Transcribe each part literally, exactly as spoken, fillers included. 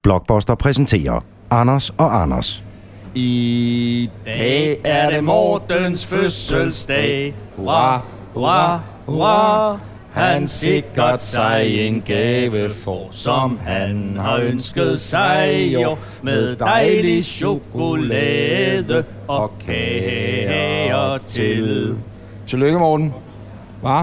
Blockbuster præsenterer Anders og Anders. I dag er det Mortens fødselsdag. Hurra, hurra, hurra. Han sikkert sig en gave for, som han har ønsket sig jo, med dejlig chokolade og kager til. Tillykke, Morten. Hva?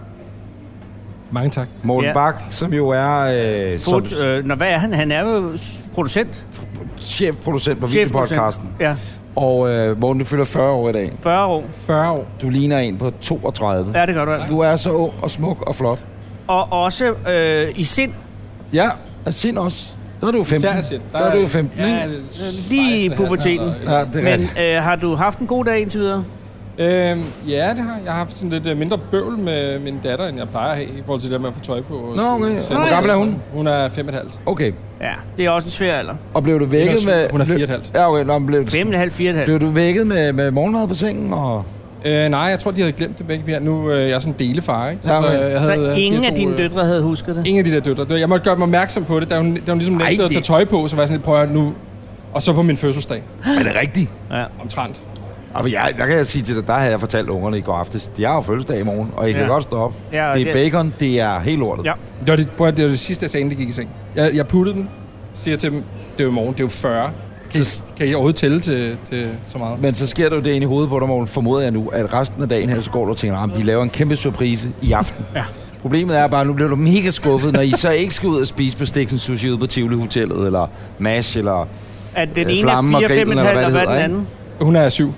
Mange tak. Morten ja. Bak, som jo er... Øh, Fod, som, øh, når, hvad er han? Han er jo producent. Chefproducent på Videopodcasten. Ja. Og øh, Morten, du fylder fyrre år i dag. fyrre år. fyrre år. Du ligner en på toogtredive. Ja, det gør du. Du er så ung og smuk og flot. Og også øh, i sind. Ja, og sind også. Der er du femten. Der, der er du femten, ja, lige i puberteten. Ja, det er Men øh, har du haft en god dag indtil videre? Øhm, ja, det har jeg. Jeg har haft sådan lidt mindre bøvl med min datter, end jeg plejer at have, i forhold til det med at få tøj på. Nå, okay. Hvor gammel er hun? Hun er fem og et halvt. Okay. Ja, det er også en svær alder. Og blev du vækket med... Hun er fire og et halvt. Ja, okay. Nå, blev... fem og et halvt, fire og et halvt. Blev du vækket med, med morgenmad på sengen, og... Øh, nej, jeg tror, de havde glemt det begge her. Nu øh, jeg er sådan en delefar, ikke? Så, ja, okay. så, jeg havde, så ingen af dine øh, døtre havde husket det? Ingen af de der døtre. Jeg måtte gøre mig opmærksom på det, da hun, da hun ligesom nægtede at tage tøj på, så var jeg sådan lidt, prøv at nu... Og så på min fødselsdag. Er det rigtigt? Ja. Omtrent. Og jeg, der kan jeg sige til dig, der har jeg fortalt ungerne i går aftes, de har jo fødselsdag i morgen, og I ja. kan godt stå op. Ja, det er det... bacon, det er helt lortet. Ja. Det var det, prøv at, det var det sidste, jeg sagde, inden det gik i seng. Jeg, jeg puttede den, siger til dem, det er jo i morgen, det er jo fyrre. Kan, så, I, kan I overhovedet tælle til, til så meget? Men så sker der jo det ind i hovedet på dig, Morten, formoder jeg nu, at resten af dagen her, så går du og tænker, at de laver en kæmpe surprise i aften. Ja. Problemet er bare, at nu bliver du mega skuffet, når I så ikke skal ud og spise på Stiksen Sushi ude på Tivoli Hotellet, eller MASH, eller at den ene er fire, fem og halv, og hvad er den anden? Hun er syv.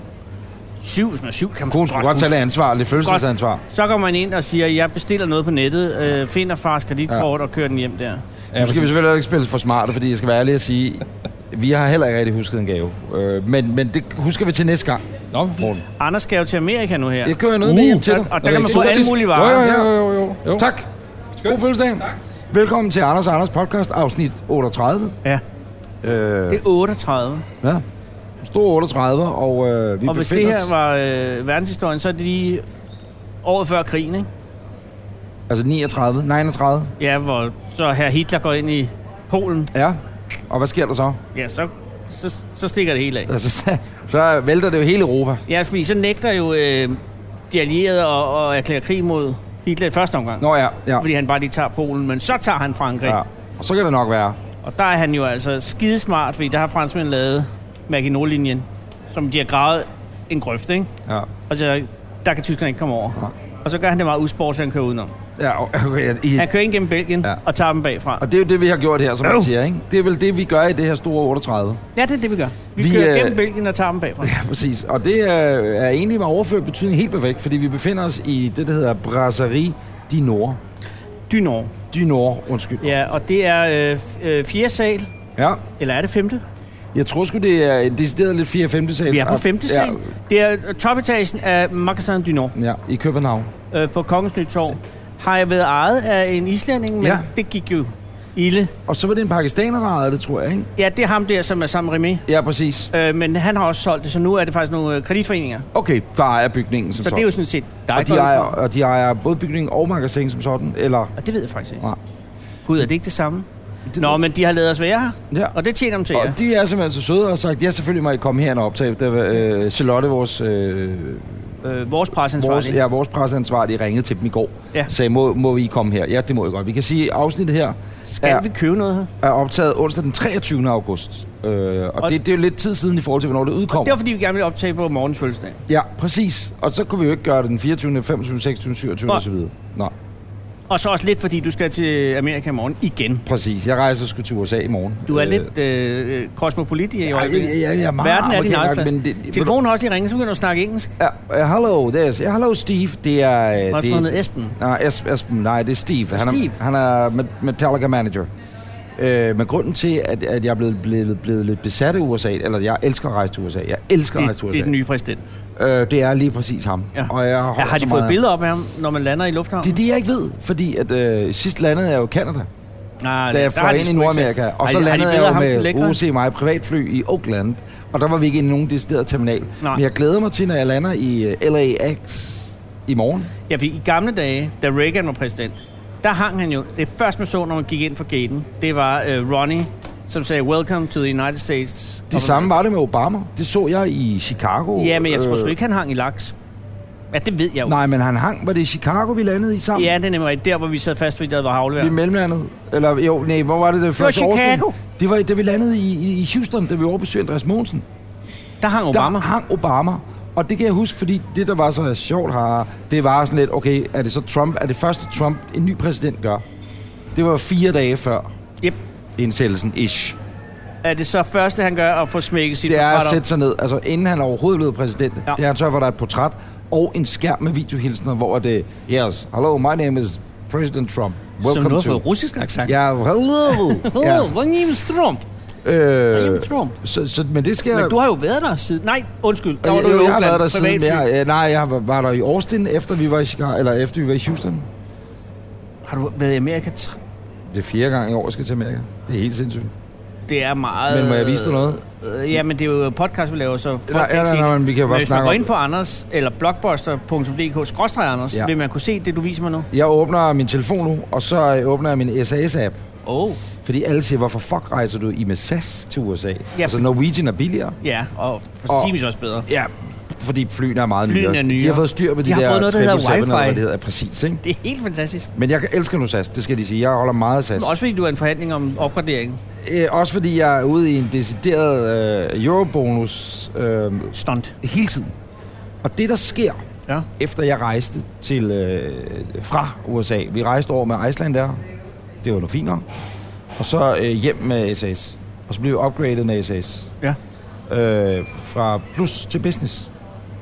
Syv, som er syv, kan man Hun skulle godt tage det ansvar, det fødselsansvar. Så går man ind og siger, jeg bestiller noget på nettet, øh, finder fars kreditkort ja. og kører den hjem der. Ja, nu skal vi selvfølgelig ikke spille for smarte, fordi jeg skal være ærlig at sige, vi har heller ikke rigtig husket en gave. Øh, men, men det husker vi til næste gang. Nå, Anders skal jo til Amerika nu her. Jeg kører noget uh, med hjem til dig. Og, og der kan man få alle mulige varer. Jo, jo, jo, jo, jo. Tak. God fødselsdag. Tak. Velkommen til Anders og Anders podcast, afsnit otteogtredive. Ja. Øh, det er otteogtredive. Ja. Stor otteogtredive, og øh, vi og hvis det her var øh, verdenshistorien, så er det lige året før krigen, ikke? Altså niogtredive, niogtredive? Ja, hvor så herr Hitler går ind i Polen. Ja, og hvad sker der så? Ja, så, så, så stikker det hele af. Altså, så, så vælter det jo hele Europa. Ja, fordi så nægter jo øh, de allierede at, at erklære krig mod Hitler i første omgang. Nå ja, ja. Fordi han bare lige tager Polen, men så tager han Frankrig. Ja, og så kan det nok være. Og der er han jo altså skidesmart, fordi der har franskmændene lavet Maginot-linjen, som de har gravet en grøft, ikke? Ja. Og så der kan tyskerne ikke komme over. Ja. Og så gør han det meget usportsligt, han kører udenom. Ja, okay. I... Han kører ind gennem Belgien ja. og tager dem bagfra. Og det er jo det, vi har gjort her, som man siger, ikke? Det er vel det, vi gør i det her store otteogtredive. Ja, det er det, vi gør. Vi, vi kører øh... gennem Belgien og tager dem bagfra. Ja, præcis. Og det er, er egentlig med overført betydning helt perfekt, fordi vi befinder os i det, der hedder Brasserie du Nord. Du Nord. Du Nord, undskyld. Ja, og det er øh, fjerde sal. Ja. Eller er det femte? Jeg tror sgu, det er en decideret lidt fire femte sal. Vi er på femte sal. Ja. Det er topetagen af Magasin du Nord. Ja, i København. Øh, på Kongens Nytorv. Har jeg været ejet af en islænding, men ja. det gik jo ilde. Og så var det en pakistaner, der ejede det, tror jeg, ikke? Ja, det er ham der, som er sammen med Remy. Ja, præcis. Øh, men han har også solgt det, så nu er det faktisk nogle kreditforeninger. Okay, der ejer bygningen som så sådan. Så det er jo sådan set... Der og, de ejer, og de ejer både bygningen og magasin som sådan, eller... Og det ved jeg faktisk ikke. Nej. Gud, er det ikke det samme? Det Nå, men de har lavet os være her, ja. og det tjener dem til og jer. Og de er simpelthen så søde og har sagt, ja, selvfølgelig må I komme her og optage. Det var øh, Charlotte, vores... Øh, øh, vores presseansvarlige. Ja, vores presseansvarlige ringede til dem i går. Ja. Sagde, må, må vi komme her? Ja, det må I godt. Vi kan sige, at afsnittet her... Skal er, vi købe noget her? Er optaget onsdag den treogtyvende august. Øh, og og det, det er jo lidt tid siden i forhold til, hvornår det udkommer. Det var, fordi vi gerne ville optage på morgens fødselsdag. Ja, præcis. Og så kunne vi jo ikke gøre det den fireogtyvende, femogtyvende, seksogtyvende, syvogtyvende og så videre. Nå. Og så også lidt, fordi du skal til Amerika i morgen igen. Præcis. Jeg rejser sgu til U S A i morgen. Du er øh, lidt øh, kosmopolit i øjeblikket. Ja, ja, ja, ja, verden er din arbejdsplads. Telefonen har også lige ringet, så begynder du at snakke engelsk. Ja, uh, hello, there's, yeah, hello Steve. Det er... Uh, Hvad er Esben? Nej, uh, Esben, nej, det er Steve. Han er, Steve? Han er Metallica manager. Uh, men grunden til, at, at jeg er blevet, blevet, blevet lidt besat af U S A, eller jeg elsker at rejse til U S A. Jeg elsker det, at rejse til U S A. Det er den nye præsident. Øh, det er lige præcis ham. Ja. Og jeg ja, har de fået billeder op af ham, når man lander i lufthavnen? Det er det, jeg ikke ved, fordi at øh, sidst landede jeg jo i Canada. Ah, da jeg fløj ind i Nordamerika. Og så landede jeg jo med O C mig privatfly i Oakland. Og der var vi ikke i nogen decideret terminal. Nej. Men jeg glæder mig til, når jeg lander i L A X i morgen. Ja, fordi i gamle dage, da Reagan var præsident, der hang han jo... Det første man så, når man gik ind for gaten, det var uh, Ronnie, som sagde, welcome to the United States. Det samme var det med Obama. Det så jeg i Chicago. Ja, men jeg tror sgu ikke, han hang i laks. Ja, det ved jeg jo. Nej, men han hang. Var det i Chicago, vi landede i sammen? Ja, det er nemlig der, hvor vi sad fast, fordi der var havlevejr. Vi mellemlandede. Eller jo, nej, hvor var det det første år? Det var Chicago. Det var da vi landede i, i Houston, da vi overbesøgte Andreas Mogensen. Der hang Obama. Der hang Obama. Og det kan jeg huske, fordi det, der var så sjovt her, det var sådan lidt, okay, er det så Trump, er det første Trump, en ny præsident gør? Det var fire dage før yep. indsættelsen, ish. Er det så første, han gør, at få smækket sit portræt op? Det er at sætte sig ned, altså inden han overhovedet blev præsident, ja. det er han så, hvor der er et portræt og en skærm med videohilsener, hvor det yes, hello, my name is President Trump. Welcome Som noget for russisk accent. Ja, hello. Hello, my name is Trump. Øh, så, så, men det skal... Men du har jo været der siden... Nej, undskyld. Der var jeg, du jo jeg har været der siden... Jeg, nej, jeg var der i Austin, efter vi var i Chicago, eller efter vi var i Houston. Har du været i Amerika? Det er fjerde gang i år, jeg skal til Amerika. Det er helt sindssygt. Det er meget... Men må jeg vise dig noget? Øh, ja, men det er jo podcast, vi laver, så folk nej, kan ja, ikke nej, nej, men vi kan men bare hvis snakke man går om ind på Anders, eller blockbuster punktum d k skråstreg Anders, ja. vil man kunne se det, du viser mig nu? Jeg åbner min telefon nu, og så åbner jeg min S A S-app. Oh. Fordi alle siger, hvorfor fuck rejser du i med S A S til U S A? Ja, altså Norwegian er billigere. Ja, og for Siemens også bedre. Ja, fordi flyene er meget flyene er nye. De har fået styr på de, de har der fået noget, der hedder wifi. Hvad det hedder, præcis, ikke? Det er helt fantastisk. Men jeg elsker nu S A S, det skal de sige. Jeg holder meget af S A S. Men også fordi du er en forhandling om opgradering. Øh, også fordi jeg er ude i en decideret øh, eurobonus øh, stunt hele tiden. Og det, der sker, ja. efter jeg rejste til øh, fra U S A, vi rejste over med Iceland der, det var noget fint nok, og så øh, hjem med S A S. Og så blev vi upgradet med S A S. Ja. Øh, fra plus til business.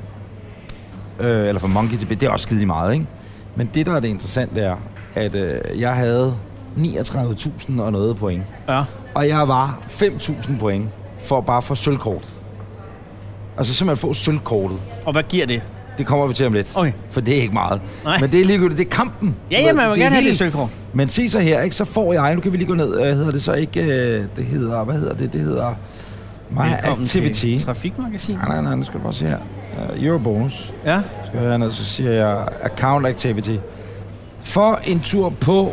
Øh, eller fra monkey til business. Det er også skide meget, ikke? Men det, der er det interessante, er, at øh, jeg havde niogtredive tusind og noget point. Ja. Og jeg var fem tusind point for bare få sølvkort. Altså simpelthen få sølvkortet. Og hvad giver det? Det kommer vi til om lidt. Okay. For det er ikke meget. Nej. Men det er ligegyldigt, det er kampen. Ja, ja, man må gerne have det sølvkort. Men se så her, ikke? Så får jeg, nu kan vi lige gå ned, hvad hedder det så ikke, det hedder, hvad hedder det, det hedder My Velkommen Activity. Til Trafikmagasin. Nej, nej, nej, nu skal du bare se her. Uh, Eurobonus. Ja. Skal jeg herned, så siger jeg Account Activity. For en tur på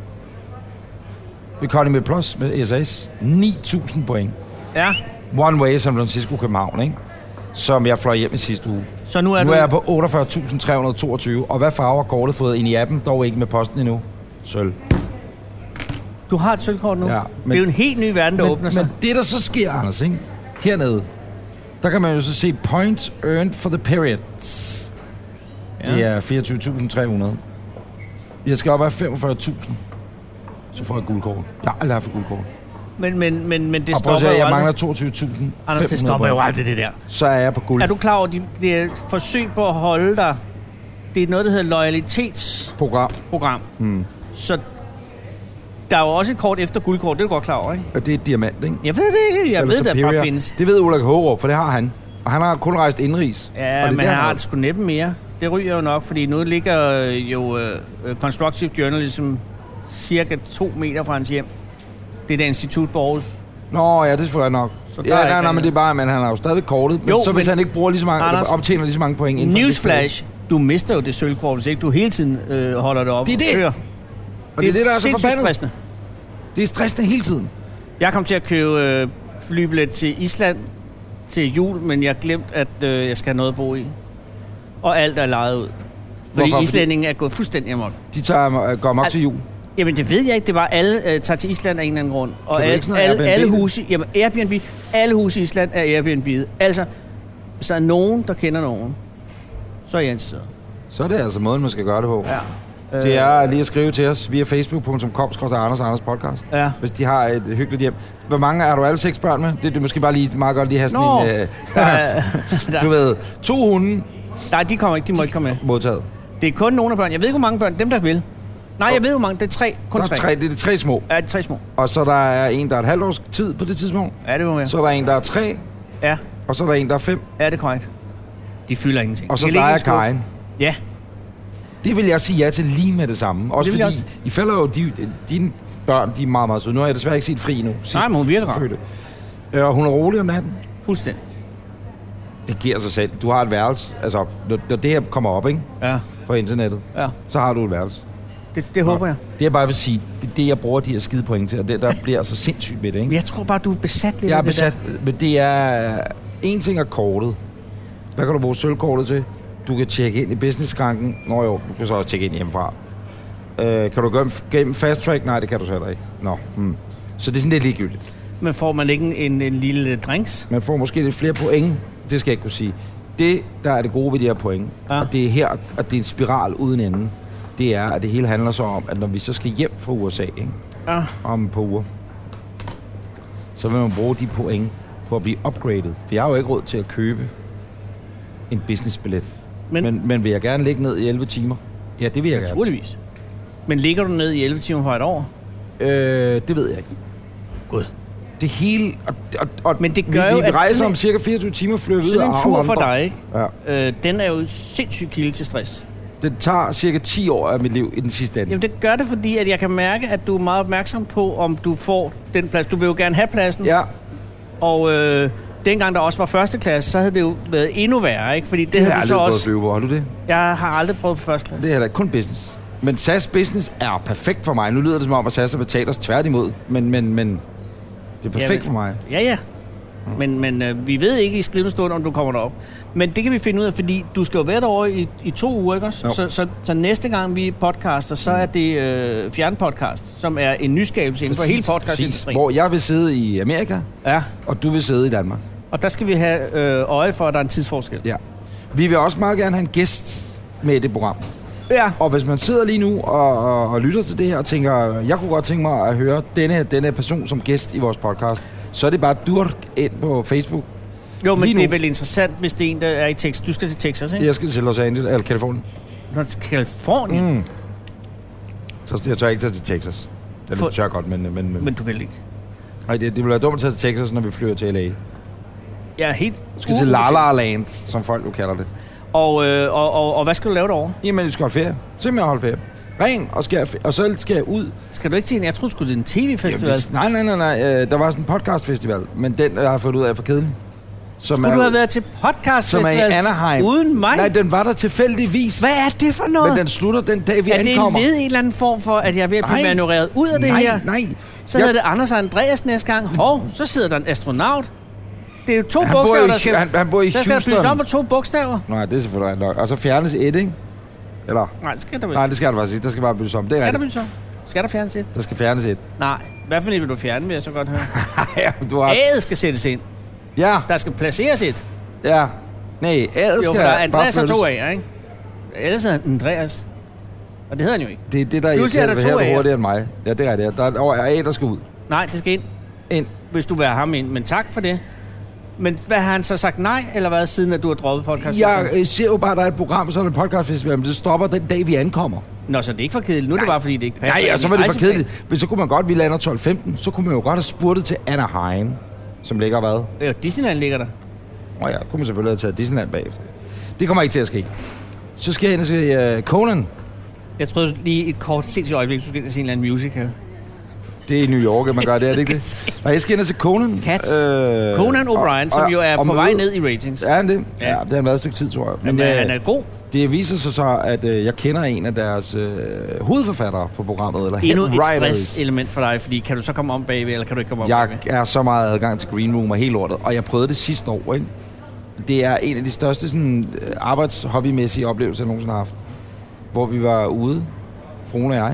Economy Plus med S A S, ni tusind point. Ja. One Way, San Francisco, København, ikke? Som jeg fløj hjem i sidste uge. Så nu er, nu du... er jeg på otteogfyrre tusind tre hundrede og toogtyve. Og hvad farve har kortet fået ind i appen? Dog ikke med posten endnu. Sølv. Du har et sølvkort nu? Ja, men, det er jo en helt ny verden, der men, åbner sig. Men det, der så sker, Anders, ikke? Hernede, der kan man jo så se points earned for the periods. Ja. Det er fireogtyve tusind tre hundrede. Jeg skal op af femogfyrre tusind. Så får jeg guldkort. Jeg har aldrig haft et guldkort. Men, men, men, men det og stopper jo aldrig. Jeg mangler toogtyve tusind. Anders, det stopper jo aldrig det der. Så er jeg på guld. Er du klar over, at det er et forsøg på at holde dig? Det er noget, der hedder loyalitetsprogram. Program. Hmm. Så der er jo også et kort efter guldkort, det er du godt klar over, ikke? Og det er et diamant, ikke? Jeg ved det ikke. Jeg Eller ved, at det bare findes. Det ved Ulrik Hågerup, for det har han. Og han har kun rejst indrigs. Ja, og det men der, han har det sgu næppe mere. Det ryger jo nok, fordi nu ligger jo uh, Constructive Journalism cirka to meter fra hans hjem. Det er det institut på Aarhus. Nå, ja, det får jeg nok. Så ja, nej, nej, men det er bare, men han har jo stadig kortet. Men jo, så hvis men han ikke bruger lige så mange, Anders, optjener lige så mange point inden Newsflash, du mister jo det sølvkort, hvis ikke du hele tiden øh, holder det op. Det er det. Og det, det er det, der er så forbandet. Stressende. Det er stressende hele tiden. Jeg kom til at købe øh, flybillet til Island til jul, men jeg glemte, at øh, jeg skal have noget at bo i. Og alt er lejet ud. Fordi Hvorfor? islændingen er gået fuldstændig amok. De tager, går amok til jul? Jamen, det ved jeg ikke. Det var alle øh, tager til Island af en eller anden grund. Og alle, alle, alle huse... Jamen, Airbnb. Alle huse i Island er Airbnb'et. Altså, hvis der er nogen, der kender nogen, så er jeg interesseret. Så er det altså måden, man skal gøre det på. Ja. Det er lige at skrive til os via facebook punktum com skråstreg Anders Anders podcast. Ja. Hvis de har et hyggeligt hjem. Hvor mange er du alle seks børn med? Det er måske bare lige meget godt lige have sådan Nå, en... Øh, der, du ved, to hunde. Nej, de kommer ikke. De må de ikke komme med. Modtaget. Det er kun nogle af børn. Jeg ved ikke, hvor mange børn. Dem, der vil. Nej, jeg ved, hvor mange. Det er tre. Kun der er tre. tre. Det er de tre små. Ja, det er tre små. Og så der er en, der er et halvt års tid på det tidspunkt. Ja, det må være. Så er der en, der er tre. Ja. Og så er der en, der er fem. Ja, det er korrekt. De fylder ingenting. Og så der er Karin. Ja. Det vil jeg sige ja til lige med det samme. Også det fordi, også. I falder jo, de, dine børn, de er meget, meget søde. Nu har jeg desværre ikke set Fri nu. Nej, men hun virker godt. Øh, og hun er rolig om natten. Fuldstændig. Det giver sig selv. Du har et værelse. Altså, når, når det her kommer op, ikke? Ja. På internettet. Ja. Så har du et værelse. Det, det håber jeg. Det jeg bare vil sige, det er det, jeg bruger de her skide point til, og det der bliver så sindssygt med det, ikke? Jeg tror bare, du er besat lidt jeg er af det besat, der. men det er... En ting er kortet. Hvad kan du bruge sølvkortet til? Du kan tjekke ind i business-skranken. Nå jo, du kan så også tjekke ind hjemmefra. Øh, kan du gå gennem fast track? Nej, det kan du så heller ikke. Nå, hmm. Så det er sådan lidt ligegyldigt. Men får man ikke en, en lille drinks? Man får måske lidt flere point. Det skal jeg ikke kunne sige. Det, der er det gode ved de her point, ja. Og det er her, at det er en spiral uden ende, det er, at det hele handler så om, at når vi så skal hjem fra U S A, ikke? Ja. Om et par uger, så vil man bruge de point på at blive upgraded. For jeg har jo ikke råd til at købe en businessbillet. Men, men, men vil jeg gerne ligge ned i elleve timer? Ja, det vil jeg gerne. Naturligvis. Men ligger du ned i elleve timer for et år? Øh, det ved jeg ikke. God. Det hele... Og, og, og men det gør vi, jo, vi, vi rejser om en, cirka fireogtyve timer flyver videre. Sådan en tur for dig, ikke? Ja. Øh, den er jo sindssygt kilde til stress. Det tager cirka ti år af mit liv i den sidste ende. Jamen det gør det, fordi at jeg kan mærke, at du er meget opmærksom på, om du får den plads. Du vil jo gerne have pladsen. Ja. Og øh, dengang der også var første klasse, så havde det jo været endnu værre, ikke? Fordi det, det havde du så også... Flyve på. Har du det? Jeg har aldrig prøvet på første klasse. Det er da kun business. Men S A S Business er perfekt for mig. Nu lyder det som om, at S A S betaler os tværtimod. Men, men, men det er perfekt ja, men, for mig. Ja, ja. Men, men øh, vi ved ikke i skrivende stund, om du kommer derop. Men det kan vi finde ud af, fordi du skal jo være derovre i, i to uger, ikke også? Så, så, så næste gang vi podcaster, så er det øh, fjernpodcast, som er en nyskabelse inden for hele podcastindustrien. Hvor jeg vil sidde i Amerika, ja. Og du vil sidde i Danmark. Og der skal vi have øh, øje for, at der er en tidsforskel. Ja. Vi vil også meget gerne have en gæst med i det program. Ja. Og hvis man sidder lige nu og, og, og lytter til det her og tænker, jeg kunne godt tænke mig at høre denne, denne person som gæst i vores podcast, så er det bare durk ind på Facebook. Jo, men det er vel interessant, hvis det er en, der er i Texas. Du skal til Texas, ikke? Jeg skal til Los Angeles, eller Californien. Nå, til Californien? Mm. Så jeg tør ikke tage til Texas. Det For... tør godt, men, men, men... Men du vil ikke? Nej, det, det vil være dumt at tage til Texas, når vi flyver til L A. Jeg er helt... Du skal til La La Land, som folk jo kalder det. Og, øh, og, og, og hvad skal du lave derovre? Jamen, jeg skal holde ferie. Simpelthen holde ferie. Ring, og, skal, og så skal jeg ud. Skal du ikke til en... Jeg troede, du skulle til en tv-festival. Jamen, det, nej, nej, nej, nej. Der var sådan en podcastfestival, men den jeg har fået ud af for kedelig. Som skulle er, du have været til podcastfestival som er i Anaheim. Uden mig? Nej, den var der tilfældigvis. Hvad er det for noget? Men den slutter den dag, vi er ankommer. Er det en eller anden form for, at jeg er ved at blive nej. manøvreret ud af det nej, her? Nej, nej. Så jeg... hedder det Anders og Andreas næste gang. Hov, så sidder der en astronaut. Det er jo to han bogstaver, i, der skal... Han, han bor i der skal bydes om på to bogstaver. Nej, det er selvfølgelig nok. Og så fjernes et, ikke? Eller? Nej, det skal der vel. Nej, det skal der faktisk ikke. Der skal bare byttes om. Det er skal rigtigt. der byttes om? Skal der fjernes et? Der skal fjernes et. Nej. Hvad for et vil du fjerne, vil jeg så godt høre? ja, du har... A'et skal sættes ind. Ja. Der skal placeres et. Ja. Nej, A'et skal bare Andreas flyttes. har to A'er, ikke? Ellers er Andreas. Og det hedder han jo ikke. Det er det, der er irriterende ved her, du hurtigere end mig. Ja, det er rigtigt. Der er over A, der skal ud. Nej, det skal ind. Ind. Hvis du vil have ham ind. Men tak for det. Men hvad har han så sagt nej, eller hvad, siden at du har droppet podcast? Jeg øh, ser jo bare, at der er et program, så er der en podcastfestival, men det stopper den dag, vi ankommer. Nå, så det er ikke for kedeligt. Nu er det bare, fordi det ikke passer. Nej, og så var det for kedeligt. Men så kunne man godt, vi lander tolv femten, så kunne man jo godt have spurtet til Anaheim, som ligger hvad? Ja, Disneyland ligger der. Nå ja, kunne man selvfølgelig have taget Disneyland bagefter. Det kommer ikke til at ske. Så skal jeg ind og se uh, Conan. Jeg troede lige et kort sindssygt øjeblik, du skulle ind og se en eller anden musical. Det er i New York, at man gør det, er det ikke det? Nej, jeg skal ind og se Conan. Cats. Øh, Conan O'Brien, som jo er på vej ned i ratings. Er han det? Ja, ja det har været et stykke tid, tror jeg. Men, Men øh, han er god. Det viser sig så, at øh, jeg kender en af deres øh, hovedforfattere på programmet. Eller endnu et stress-element for dig, fordi kan du så komme om bagved, eller kan du ikke komme om jeg bagved? Jeg er så meget adgang til Green Room og helt lortet, og jeg prøvede det sidste år, ikke? Det er en af de største sådan, arbejdshobby-mæssige oplevelser, jeg nogensinde har haft. Hvor vi var ude, Frone og jeg.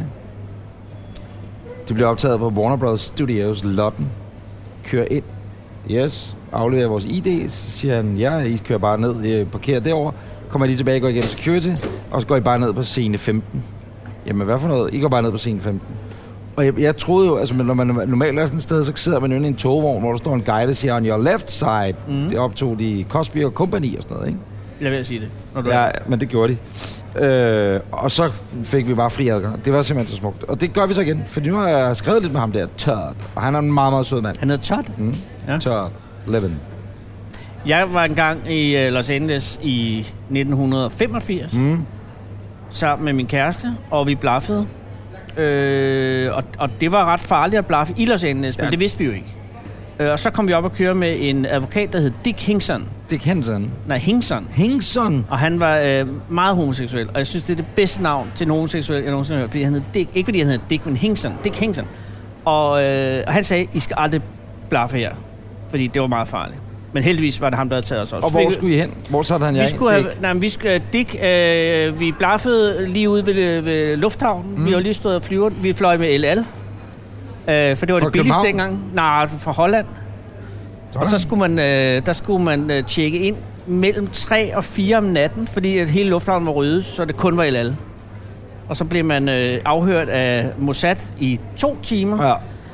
Det blev optaget på Warner Bros. Studios, Lotten. Kører ind. Yes. Afleverer vores I D. Så siger han, ja, I kører bare ned. I parkerer derovre. Kommer lige tilbage og går igennem security. Og så går I bare ned på scene femten. Jamen, hvad for noget? I går bare ned på scene femten. Og jeg, jeg troede jo, altså når man normalt er sådan et sted, så sidder man jo i en togvogn, hvor der står en guide, der siger, on your left side. Mm. Det optog de Cosby og Company og sådan noget, ikke? Jeg vil sige det. Når du ja, er. Men det gjorde de. Øh, og så fik vi bare fri adgang. Det var simpelthen så smukt. Og det gør vi så igen, for nu har jeg skrevet lidt med ham der, Todd. Og han er en meget, meget sød mand. Han hedder Todd? Mm. Ja. Todd Levin. Jeg var engang i Los Angeles i nitten femogfirs, mm. sammen med min kæreste, og vi blaffede. Øh, og, og det var ret farligt at blaffe i Los Angeles, men ja. Det vidste vi jo ikke. Øh, og så kom vi op og køre med en advokat, der hed Dick Hingson. Dick Henson? Nej, Hingson. Hingson? Og han var øh, meget homoseksuel, og jeg synes, det er det bedste navn til en homoseksuel, jeg nogensinde har hørt, fordi han hed Dick. Ikke fordi han hed Dick, men Hingson. Dick Hingson. Og, øh, og han sagde, I skal aldrig blaffe her, fordi det var meget farligt. Men heldigvis var det ham, der havde taget os også. Og hvor skulle I hen? Hvor satte han jer vi skulle ind? Have, nej, vi skulle, Dick, øh, vi blaffede lige ude ved, ved lufthavnen. Mm. Vi var lige stået og flyver. Vi fløj med El Al. Øh, for det var fra det billigste dengang. Nej, fra Holland. Sådan. Og så skulle man, øh, der skulle man øh, tjekke ind mellem tre og fire om natten, fordi at hele lufthavnen var ryddet, så det kun var El Al. Og så blev man øh, afhørt af Mossad i to timer. Ja.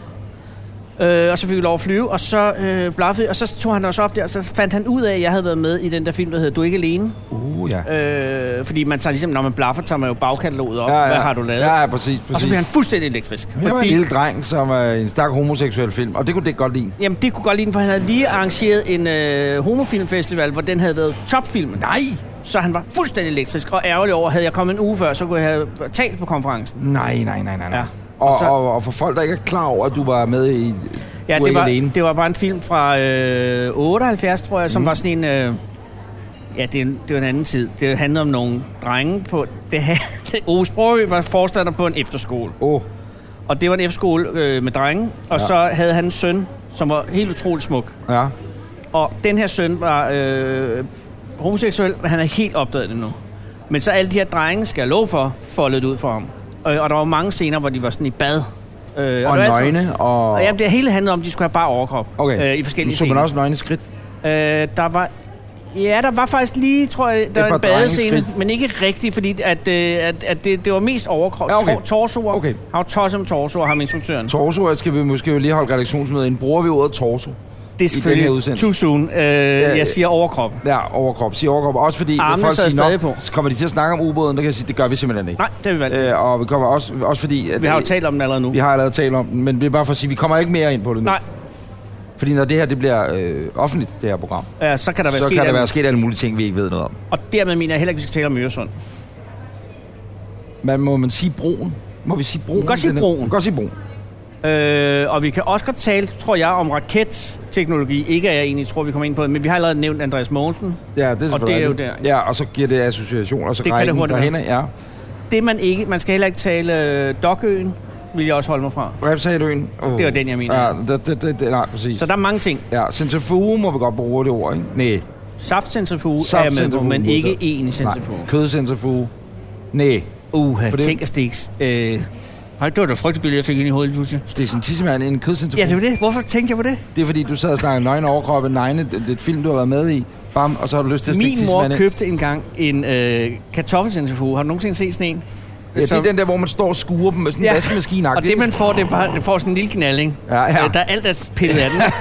Øh, og så fik vi lov at flyve, og så øh, blaffede, og så tog han os op der, og så fandt han ud af, at jeg havde været med i den der film, der hedder Du er ikke alene. Uh, ja. Øh, fordi man tager ligesom, når man blaffer, tager man jo bagkataloget op. Ja, ja. Hvad har du lavet? Ja, ja, præcis, præcis. Og så bliver han fuldstændig elektrisk. Det var fordi... en lille dreng, som er en stærk homoseksuel film, og det kunne det godt lide. Jamen, det kunne godt lide, for han havde lige arrangeret en øh, homofilmfestival, hvor den havde været topfilmen. Nej! Så han var fuldstændig elektrisk, og ærgerlig over, havde jeg kommet en uge før, så kunne jeg have talt på konferencen. Nej, nej, nej, nej. nej. Ja. Og, og, så... og, og for folk, der ikke er klar over, at du var med i... Ja, det var, det var bare en film fra øh, otteoghalvfjerds, tror jeg, som mm. var sådan en... Øh, ja, det, det var en anden tid. Det handlede om nogle drenge på... Det her, Ove Sprogøe var forstander på en efterskole. Oh. Og det var en efterskole øh, med drenge, og ja. Så havde han en søn, som var helt utroligt smuk. Ja. Og den her søn var øh, homoseksuel, men han er helt opdaget det nu. Men så alle de her drenge, skal jeg love for, foldet ud for ham. Og, og der var mange scener, hvor de var sådan i bad. Øh, og, og nøgne, altså, og... og jamen, det hele handlede om, at de skulle have bare overkrop. Okay. Øh, i forskellige scener. Så man også nøgne skridt? Øh, der var... Ja, der var faktisk lige, tror jeg, der var en badescene, men ikke rigtigt, fordi at, at, at det, det var mest overkrop. Ja, okay. Torsoer. Okay. Han var tosset med torsoer, ham instruktøren. Torsoer skal vi måske lige holde redaktionsmøde ind. Bruger vi ordet torso? Det er selvfølgelig too soon. Øh, ja, jeg siger overkrop. Ja, overkrop. Siger overkrop. Også fordi, armene folk siger nok, så kommer de til at snakke om ubåden, der kan jeg sige, det gør vi simpelthen ikke. Nej, det er vi valgt. Øh, og vi kommer også, også fordi... At vi har jo talt om den allerede nu. Vi har allerede talt om den, men det er bare for at sige, vi kommer ikke mere ind på det nu. Nej. Fordi når det her det bliver øh, offentligt, det her program, ja, så kan der være, så sket, kan der være sket alle mulige ting, vi ikke ved noget om. Og dermed mener jeg heller ikke, vi skal tale om Øresund. Men må man sige broen? Må vi sige broen? Man kan godt sige broen. Man kan godt sige broen. Øh, og vi kan også godt tale, tror jeg, om raketteknologi. Ikke er jeg egentlig tror, vi kommer ind på det, men vi har allerede nævnt Andreas Mogensen. Ja, det er og det er jo der. Ja, og så giver det association, og så det rækken derhen, ja. Det man ikke, man skal heller ikke tale uh, Dokøen, vil jeg også holde mig fra. Repsaløen. Oh. Det var den, jeg mener. Ja, det, det, det, det, nej, præcis. Så der er mange ting. Ja, centrifuge må vi godt bruge det ord, ikke? Nej. Saftcentrifuge er jeg med på, men ikke en centrifuge. Nej, kødcentrifuge. Nej. Uha, uh, tænk at stiks. Øh, Hej, det var da frygteligt billede, jeg fik ind i hovedet, pludselig. Stiksen Tissemann, en kødcentrifuge. Ja, det var det. Hvorfor tænkte jeg på det? Det er fordi, du sad og snakkede nøgne overkroppe, negne, det er et film, du har været med i. Bam, og så har du lyst til at stikke Tissemann. Min mor købte engang en øh, kartoffelcentrifuge. Har du nogensinde set sådan en? Ja, det er den der, hvor man står og skuer dem med sådan en ja. vaskemaskine. Og det, man får, det er bare, det får sådan en lille knalding. Ja, ja. Der er alt er pillet af den.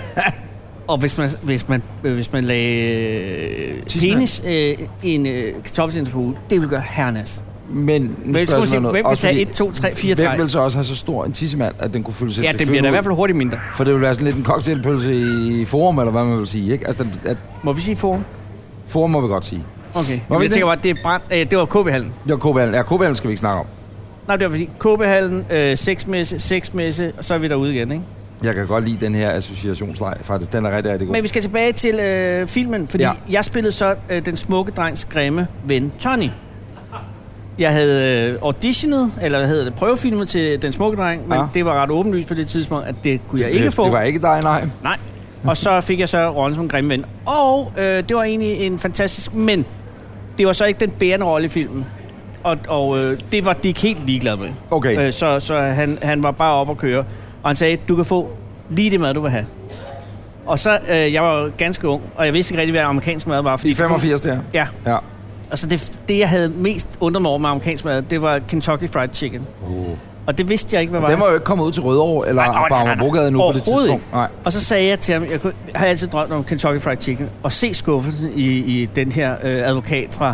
Og hvis man, hvis man, hvis man lagde øh, penis øh, i en øh, kartoffelcentrifuge, det ville gøre hernes. Men hvem kan tage et, to, tre, fire drej? Hvem vil så også have så stor en tissemand, at den kunne fylde sig? Ja, den bliver da i hvert fald hurtigt mindre. For det vil være sådan lidt en cocktailpølse i Forum, eller hvad man vil sige, ikke? Altså, at må vi sige Forum? Forum må vi godt sige. Okay, men jeg tænker bare, det, er brand, øh, det var K B-hallen. Det var K B-hallen. Ja, K B-hallen skal vi ikke snakke om. Nej, det var fordi K B-hallen, øh, sexmesse, sexmesse, og så er vi derude igen, ikke? Jeg kan godt lide den her associationsleg, faktisk. Den er rigtig, rigtig god. Men vi skal tilbage til øh, filmen, fordi ja. jeg spillede så øh, den smukke drengs grimme ven, Tony. Jeg havde øh, auditionet, eller hvad hedder det, prøvefilmet til Den Smukke Dreng, men ja. det var ret åbenlyst på det tidspunkt, at det kunne jeg det, ikke få. Det var ikke dig, nej. Nej. Og så fik jeg så rollen som grimme ven. Og øh, det var egentlig en fantastisk, men det var så ikke den bærende rolle i filmen. Og, og øh, det var Dick helt ligeglad med. Okay. Øh, så så han, han var bare op at køre. Og han sagde, du kan få lige det mad, du vil have. Og så, øh, jeg var ganske ung, og jeg vidste ikke rigtig, hvad amerikansk mad var. Fordi I femogfirs der? Ja. Ja. Altså det, det, jeg havde mest undret mig over med amerikansk mad, det var Kentucky Fried Chicken. Oh. Og det vidste jeg ikke, hvad var. Det var jo ikke kommet ud til Rødovre, eller Amagerbrogade nu på det tidspunkt. Nej. Og så sagde jeg til ham, jeg, kunne, jeg har altid drømt om Kentucky Fried Chicken, og se skuffelsen i, i den her øh, advokat fra,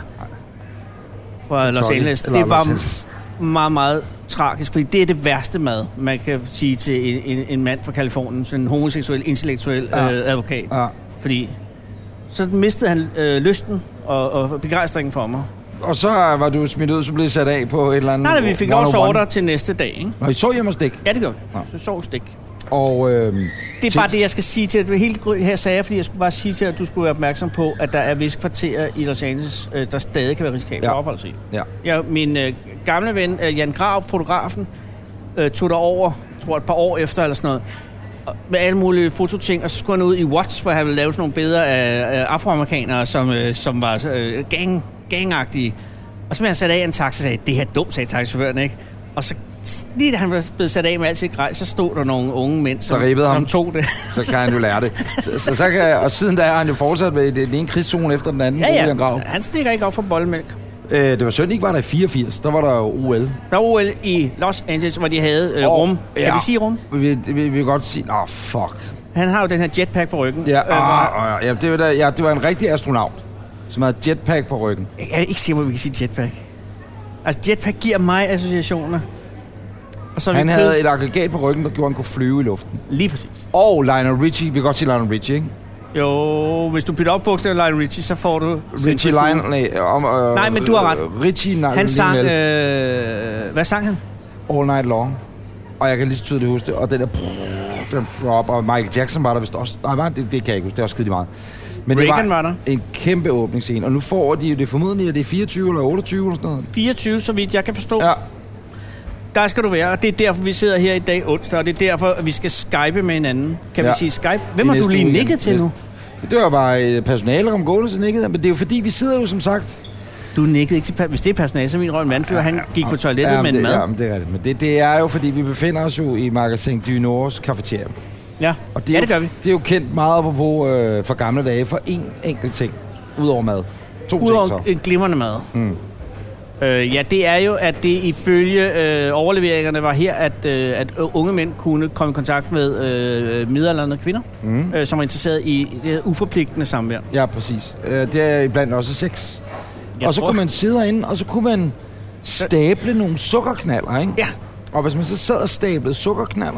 fra Los Angeles. Det var Los meget, meget tragisk, fordi det er det værste mad, man kan sige til en, en, en mand fra Kalifornien, sådan en homoseksuel, intellektuel ja. øh, advokat. Ja. Fordi så mistede han øh, lysten og, og begejstringen for mig. Og så var du smidt ud, så blev sat af på et eller andet... Nej, vi fik lov at sove der til næste dag, ikke? Nå, I sov hjemme hos Dick? Ja, det gør vi. Så sov Dick. Og, øh, det er til... bare det, jeg skal sige til dig. Helt her sagde jeg, fordi jeg skulle bare sige til dig, at du skulle være opmærksom på, at der er visse kvarterer i Los Angeles, øh, der stadig kan være risikabelt ja. at opholde sig i. Ja. Ja, min øh, gamle ven, øh, Jan Grav, fotografen, øh, tog der over, tror et par år efter eller sådan noget, med alle mulige fototing, og så skulle han ud i Watts, for at han ville lave sådan nogle billeder af, af afroamerikanere, som, øh, som var øh, gang, gangagtige. Og så blev han sat af en taxa, og sagde, det her er dumt, sagde taxichaufføren, ikke? Og så lige da han var blevet sat af med alt sit grej, så stod der nogle unge mænd, som, som tog det. Så kan han jo lære det. Så, så, så kan, og siden da har han jo fortsat med den ene krigszone efter den anden. Ja, ja. Han stikker ikke op for bollemælk. Øh, det var synd, ikke var der i fireogfirs. Der var der jo O L. Der var O L i Los Angeles, hvor de havde øh, oh, rum. Kan ja. vi sige rum? Vi, vi, vi vil godt sige, åh, oh, fuck. Han har jo den her jetpack på ryggen. Ja, øh, oh, oh, ja, det, var der, ja det var en rigtig astronaut, som havde jetpack på ryggen. Jeg er ikke sikker på, at vi kan sige jetpack. Altså, jetpack giver mig associationer. Og så han havde kød... et aggregat på ryggen, der gjorde, han kunne flyve i luften. Lige præcis. Og Lionel Richie, vi kan godt sige Lionel Richie, ikke? Jo, hvis du bytter op bogstavet Lionel Richie, så får du... Richie Lionel... Nej, om, øh, nej, men du har ret. Richie Lionel... Han sang... Øh, hvad sang han? All Night Long. Og jeg kan lige så tydeligt huske det. Og den der... Den flop, og Michael Jackson var der vist også... Nej, det, det kan jeg ikke huske. Det var skide meget. Men Reagan det var, var der. En kæmpe åbningsscene. Og nu får de jo det formodentlig, at det er fireogtyve eller otteogtyve eller sådan noget. fireogtyve, så vidt jeg kan forstå. Ja. Der skal du være, og det er derfor, vi sidder her i dag onsdag, og det er derfor, at vi skal skype med hinanden. Kan ja. vi sige Skype? Hvem har du lige nikket til nu? Det var bare personale om gående, så nikkede. Men det er jo fordi, vi sidder jo som sagt... Du nikkede ikke til... Hvis det er personale, så min Røn Vandflyver, ja, han gik på toilettet ja, med en mad. Ja, men det er rigtigt. Men det, det er jo, fordi vi befinder os jo i Magasin du Nords cafeteria. Ja, og det, ja, det gør vi. Det er jo kendt meget på øh, for gamle dage for én enkelt ting. Udover mad. To Udover ting så. en glimrende mad. Mm. Øh, ja, det er jo, at det ifølge øh, overleveringerne var her, at, øh, at unge mænd kunne komme i kontakt med øh, midaldrende kvinder, mm. øh, som var interesseret i det uforpligtende samvær. Ja, præcis. Øh, det er iblandt også sex. Jeg og så tror... kunne man sidde herinde, og så kunne man stable nogle sukkerknaller, ikke? Ja. Og hvis man så sad og stablede sukkerknaller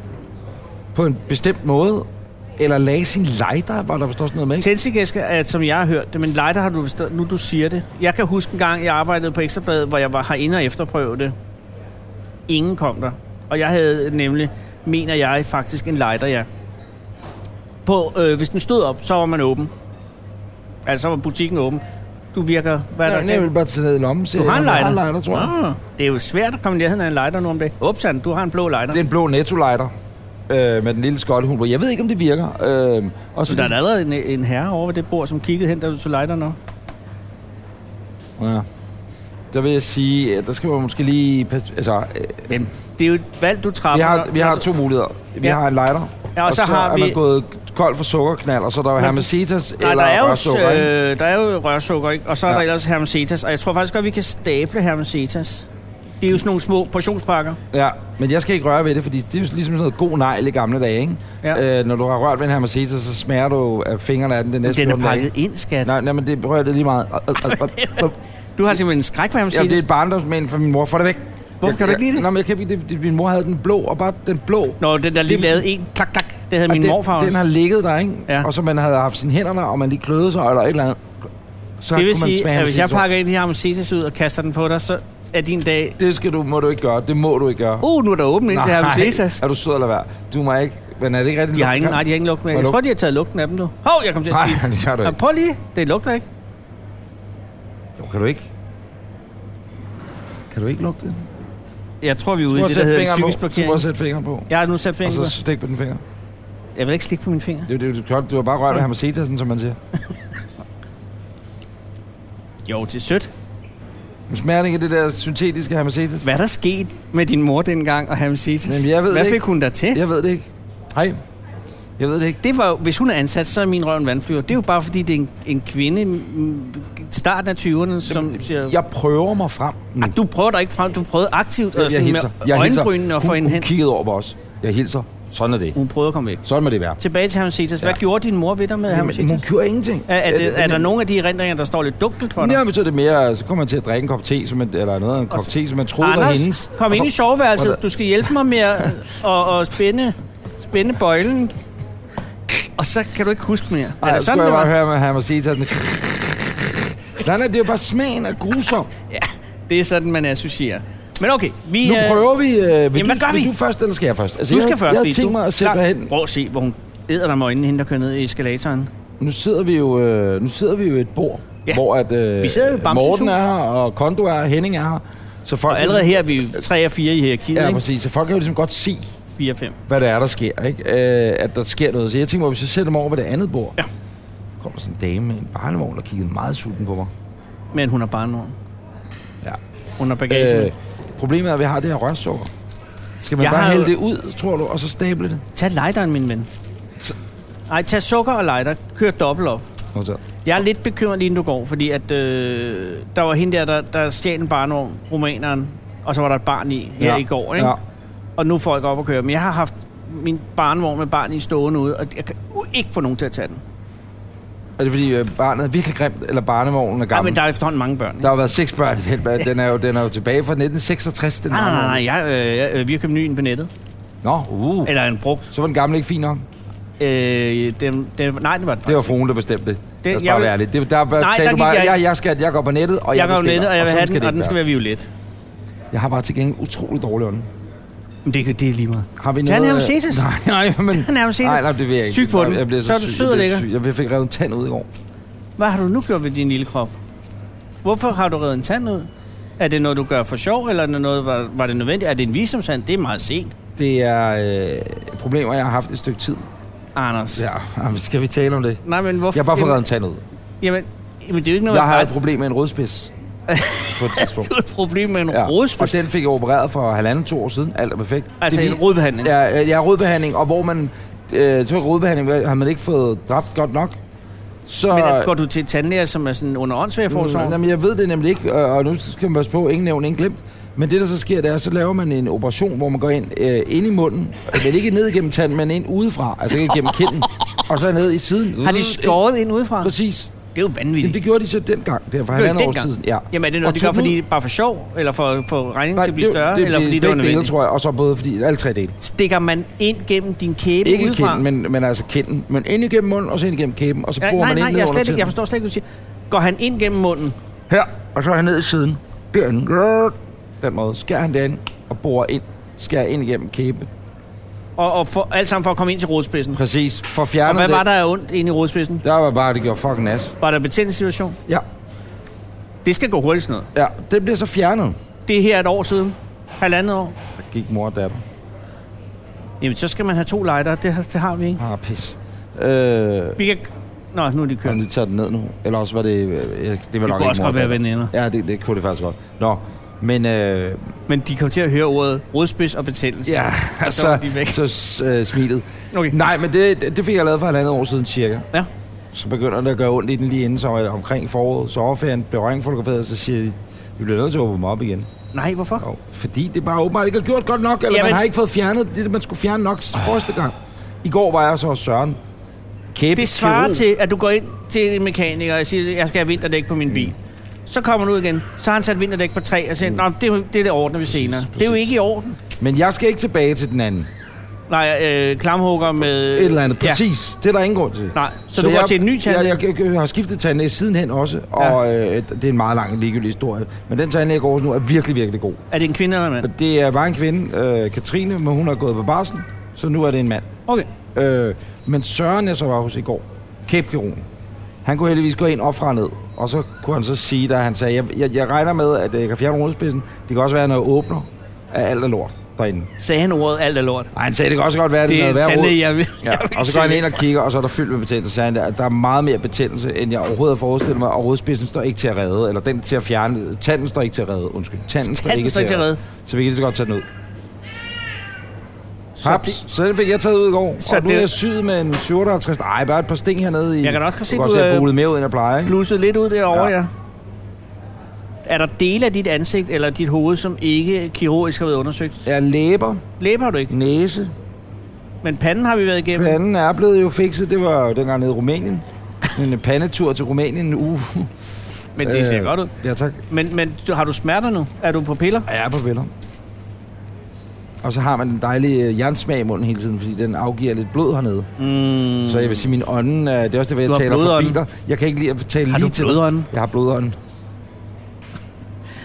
på en bestemt måde, eller lagde sin lighter, var der vist også noget med, ikke? Tændstikæske, at, som jeg har hørt det, men lighter har du vist, nu du siger det. Jeg kan huske en gang, jeg arbejdede på Ekstra Bladet, hvor jeg var herinde og efterprøvede det. Ingen kom der. Og jeg havde nemlig, mener jeg, faktisk en lighter, ja. På, øh, hvis den stod op, så var man åben. Altså, så var butikken åben. Du virker... Hvad er ja, der? Jeg vil bare tage ned i lommen. Du har en lighter? Jeg har en lighter, tror jeg. Ah, det er jo svært at komme ned af en lighter nu om det. Upsan, du har en blå lighter. Det er en blå Netto-lighter. Øh, med den lille skottehund på. Jeg ved ikke, om det virker. Øh, og så der er allerede en, en herre over ved det bord, som kiggede hen, da du tog lighteren op. Ja. Der vil jeg sige, at der skal man måske lige... Altså, øh, Men det er jo et valg, du træffer. Vi har, vi har to muligheder. Vi ja. har en lighter, ja, og, og så, så har er vi... man gået kold for sukkerknald, og så er der jo hermesitas eller der er rørsukker, jo, øh, der er jo rørsukker, ikke? Og så er ja. der ellers hermesitas. Og jeg tror faktisk godt, vi kan stable hermesitas. Det er jo sådan nogle små portionspakker. Ja, men jeg skal ikke røre ved det, fordi det er jo ligesom sådan noget god negl i gamle dage, ikke? Ja. Øh, når du har rørt ved en hermesitas, så smager du af fingrene af den det næste den er pakket ind, skat. Nej, nej, men det rører det lige meget. Du har simpelthen en skræk for hermesitas? Ja, det er et barndomsmænd for min mor. Få det væk. Hvorfor kan du ikke lide det? Nå, men jeg kan ikke det, det, min mor havde den blå, og bare den blå. Nå, den der lige det, lavede en klak, klak. Det havde min den, morfar også. Den har ligget der, ikke? Ja. Og så man havde haft sine hænder der, og man lige kløede sig, eller et eller andet. Så det vil sige, at hvis jeg pakker en af de her hermesitas ud og kaster den på dig, så er din dag... Det skal du, må du ikke gøre. Det må du ikke gøre. Uh, nu er der åbent ind til hermesitas. Er du sød eller hvad? Du må ikke... Men er det ikke rigtig de har ingen, nej, de har ingen lugt med. Jeg tror, de har taget lugten af dem, du. Hov, jeg kom til at sige. Nej, det gør du ikke. Prøv lige. Det lugter ikke. Jo, kan du ikke... Kan du ikke lugte det? Jeg tror, vi er ude i det, der hedder psykisk blokering. Du må sætte fingeren på. Jeg har nu sat fingeren på. Og så stik på den finger. Jeg vil ikke slikke på min finger. Det, det, det, du har bare rørt ved hermesitasen, som man siger. Jo, det er sødt. Men smager det ikke det der syntetiske hermesitas? Hvad er der sket med din mor dengang og hermesitas? Jeg ved Hvad fik ikke. hun der til? Jeg ved det ikke. Hej. Jeg ved det ikke. Det var jo, hvis hun er ansat, så er min røv en vandflyver. Det er jo bare fordi, det er en, en kvinde starten af tyverne, som siger... Jeg prøver mig frem. Ah, du prøver dig ikke frem. Du prøvede aktivt jeg, jeg hilser. med øjenbrynene og få hende hen. Hun kiggede over på os. Jeg hilser. Sådan er det. Hun prøvede at komme væk. Sådan må det være. Tilbage til hermesitas. Hvad ja. gjorde din mor ved dig med hermesitas? Hun gjorde ingenting. Er, er, det, er, er der nogle af de erindringer, der står lidt dunkelt for dig? Ja, men så er det mere, så kommer man til at drikke en kop te, som man, eller noget en kop te, som man troede Anders, var hendes. kom ind i soveværelset. Du skal hjælpe mig med at og, spænde, spænde bøjlen. Og så kan du ikke huske mere. Ej, er det sådan, det var? Jeg bare høre med hermesitas. Nej, nej, det er jo bare smagen af grusom. Ja, det er sådan, man associerer. Men okay, vi... Nu prøver vi... Øh, vil jamen, hvad du, gør vi? Vil du først, eller skal jeg først? Altså, du skal jeg, først. Jeg har tænkt mig at sætte mig hen. Prøv at se, hvor hun æder der møgnen, hende der kører ned i eskalatoren. Nu sidder vi jo, øh, nu sidder vi jo et bord, ja. hvor at, øh, vi sidder jo Morten er her, og Kondo er her, Henning er her. Så folk og allerede her er vi tre og fire i hierarkiet, ja, ikke? præcis. Så folk kan jo ligesom godt se, fire fem. hvad det er, der sker, ikke? Øh, at der sker noget. Så jeg tænker, hvis jeg sætter mig over ved det andet bord, ja. kommer der sådan en dame med en barnevogn, der kiggede meget sulten på mig. Men hun har barnevogn. Ja. Hun har bagagen. Øh, problemet er, at vi har det her rørsukker. Skal man jeg bare hælde jo... det ud, tror du, og så stable det? Tag lighteren, min ven. Nej, tag sukker og lighter. Kør dobbelt op. Okay. Jeg er lidt bekymret lige, du går, fordi at, øh, der var hende der, der, der stjal en barnevogn, rumæneren, og så var der et barn i her ja. i går, ikke? Ja. Og nu får jeg op at køre. Men jeg har haft min barnevogn med barn i stående ude, og jeg kan ikke få nogen til at tage den. Er det fordi barnet er virkelig grimt, eller barnevognen er gammel? Nej, men der er efterhånden mange børn. Ikke? Der har været seks børn i den. Den er jo, den er jo tilbage fra nitten seksogtres, den nej, nej, nej, jeg, øh, jeg, øh, vi har købt ny på nettet. Nå, uh. Eller en brugt. Så var den gamle ikke fin nok? Øh, den, den, nej, det var den. Det var fruen, der bestemte det. Det skal jeg bare være ærligt. Det, der, nej, sagde der du bare, jeg, jeg, jeg, skal, jeg går på nettet, og jeg, jeg går på nettet, og jeg vil og have den, og den være. skal være violet. Jeg har bare til gengæld utrolig dårlig ånd. Men det, det er lige meget. Har vi noget... Tag en Mercedes? Nej, nej, men... Tag en Mercedes. Nej, nej, det vil jeg ikke. Tyk på den. Jeg så, så er du sød og lækker. Jeg fik revet en tand ud i går. Hvad har du nu gjort ved din lille krop? Hvorfor har du revet en tand ud? Er det noget, du gør for sjov, eller noget, var, var det nødvendigt? Er det en visdomstand? Det er meget sent. Det er øh, problemer, jeg har haft et stykke tid. Anders. Ja, skal vi tale om det? Nej, men hvorfor? Jeg har bare fået revet en tand ud. Jamen, jamen, det er jo ikke noget... Jeg har et problem med en rødspids. På et tidspunkt. Du har et problem med en ja. rodspids? Og den fik jeg opereret for halvanden, to år siden. Alt er perfekt. Altså det, en rodbehandling? Ja, ja, rodbehandling, og hvor man... Øh, så rodbehandling har man ikke fået dræbt godt nok. Så, men går du til tandlæger, som er sådan under åndssvageforsorg? Jamen, jeg ved det nemlig ikke, og nu skal man passe på, ingen nævnt, ingen glemt. Men det, der så sker, det er, så laver man en operation, hvor man går ind, øh, ind i munden, men ikke ned igennem tanden, men ind udefra, altså ikke igennem kinden, og så ned i siden. Har de skåret ind udefra? Præcis. Det er jo vanvittigt. Jamen, det gjorde de så dengang, det er for halvandet års tid. Ja. Jamen, er det noget, de gør, fordi bare for sjov, eller for, for regningen Nej, til at blive det, større, det, eller det, fordi det, det var nødvendigt? Dele, tror jeg, og så både fordi, alle tre dele. Stikker man ind gennem din kæbe ikke udefra? Ikke kinden, men, men altså kinden. Men ind igennem munden, og så ind igennem kæben, og så ja, borer nej, man nej, ind jeg, ned under slet ikke, jeg forstår slet ikke, hvad du siger. Går han ind gennem munden? Her, og så er han ned i siden. Derinde. Den måde. Skærer han derinde og borer ind. Skærer ind igennem kæben. Og, og for, alt sammen for at komme ind til rodspidsen? Præcis. For fjernet og hvad det. var der ondt inde i rodspidsen? Der var bare, det gjorde fucking nas. Var der betændelsessituation? Ja. Det skal gå hurtigt sådan noget. Ja, det bliver så fjernet. Det er her et år siden. Halvandet år. Der gik mor og datter. Jamen, så skal man have to lighter. Det, det har vi ikke. Ah, pis. Øh... Vi kan... Nå, nu er de kørt. Ja, de tager den ned nu. Eller også var det... Øh, det, var det nok kunne også godt være veninder. Ja, det, det kunne det faktisk godt. Nå, men... Øh... Men de kom til at høre ordet rodspids og betændelse. Ja, og så, så, så øh, smilet. Okay. Nej, men det, det fik jeg lavet for halvandet år siden cirka. Ja. Så begynder det at gøre ondt i den lige inden, så var jeg omkring foråret. Sommerferien blev ringfotograferet, så siger de, vi bliver nødt til at åbne mig op igen. Nej, hvorfor? Jo, fordi det bare åbenbart ikke har gjort godt nok, eller Jamen. man har ikke fået fjernet det, man skulle fjerne nok første gang. I går var jeg så hos Søren. Kæbe, det svarer kirurg. til, at du går ind til en mekaniker og siger, jeg skal have vinterdæk på min bil. Så kommer du ud igen, så har han sat vinterdæk på tre og siger, nå, det, det, det ordner vi senere. Præcis, præcis. Det er jo ikke i orden. Men jeg skal ikke tilbage til den anden. Nej, øh, klamhugger med... Et eller andet, præcis. Ja. Det er der ingen grund til. Nej, så, så du går til en ny tandlæge? Jeg, jeg, jeg, jeg har skiftet tandlæge sidenhen også, og ja. øh, det er en meget lang ligegyldig historie. Men den tandlæge, jeg går nu, er virkelig, virkelig god. Er det en kvinde eller en mand? Det er bare en kvinde, øh, Katrine, men hun har gået på barsel, så nu er det en mand. Okay. Øh, men Søren, jeg så var hos i går, kæbekirurgen, han kunne heldigvis gå ind op fra ned, og så kunne han så sige, da han sagde, jeg, jeg, jeg regner med, at jeg kan fjerne rodspidsen. Det kan også være, når jeg åbner, af alt er lort derinde. Sagde han ordet alt er lort? Nej, han sagde, det kan også godt være, at det, det er noget værd råd. Jeg vil, ja. jeg vil og så går han ind og kigger, og så er der fyldt med betændelse. Så sagde han, at der er meget mere betændelse, end jeg overhovedet har forestillet mig, og rodspidsen står ikke til at redde, eller den til at fjerne. Tanden står ikke til at redde, undskyld. Tanden står ikke til at redde. Så vi kan lige så godt tage den ud. Så, Haps, så den fik jeg taget ud i går, så og nu det... er jeg syet med en syvoghalvtreds. Nej, bare et par sting hernede i... Jeg kan også se, du har bolet mere ud, end at pleje. Blusset lidt ud derovre, ja. ja. Er der dele af dit ansigt eller dit hoved, som ikke kirurgisk har været undersøgt? Ja, læber. Læber har du ikke? Næse. Men panden har vi været igennem? Panden er blevet jo fikset. Det var jo dengang nede i Rumænien. En pandetur til Rumænien en uge. Men det ser øh, godt ud. Ja, tak. Men, men har du smerter nu? Er du på piller? Ja, jeg er på piller. Og så har man den dejlige jernsmag i munden hele tiden, fordi den afgiver lidt blod hernede. Mm. Så jeg vil sige, min ånden, det er også det, jeg taler for biler. Jeg kan ikke lide at tale har lige til. Har du blodånden? Jeg har blodånden.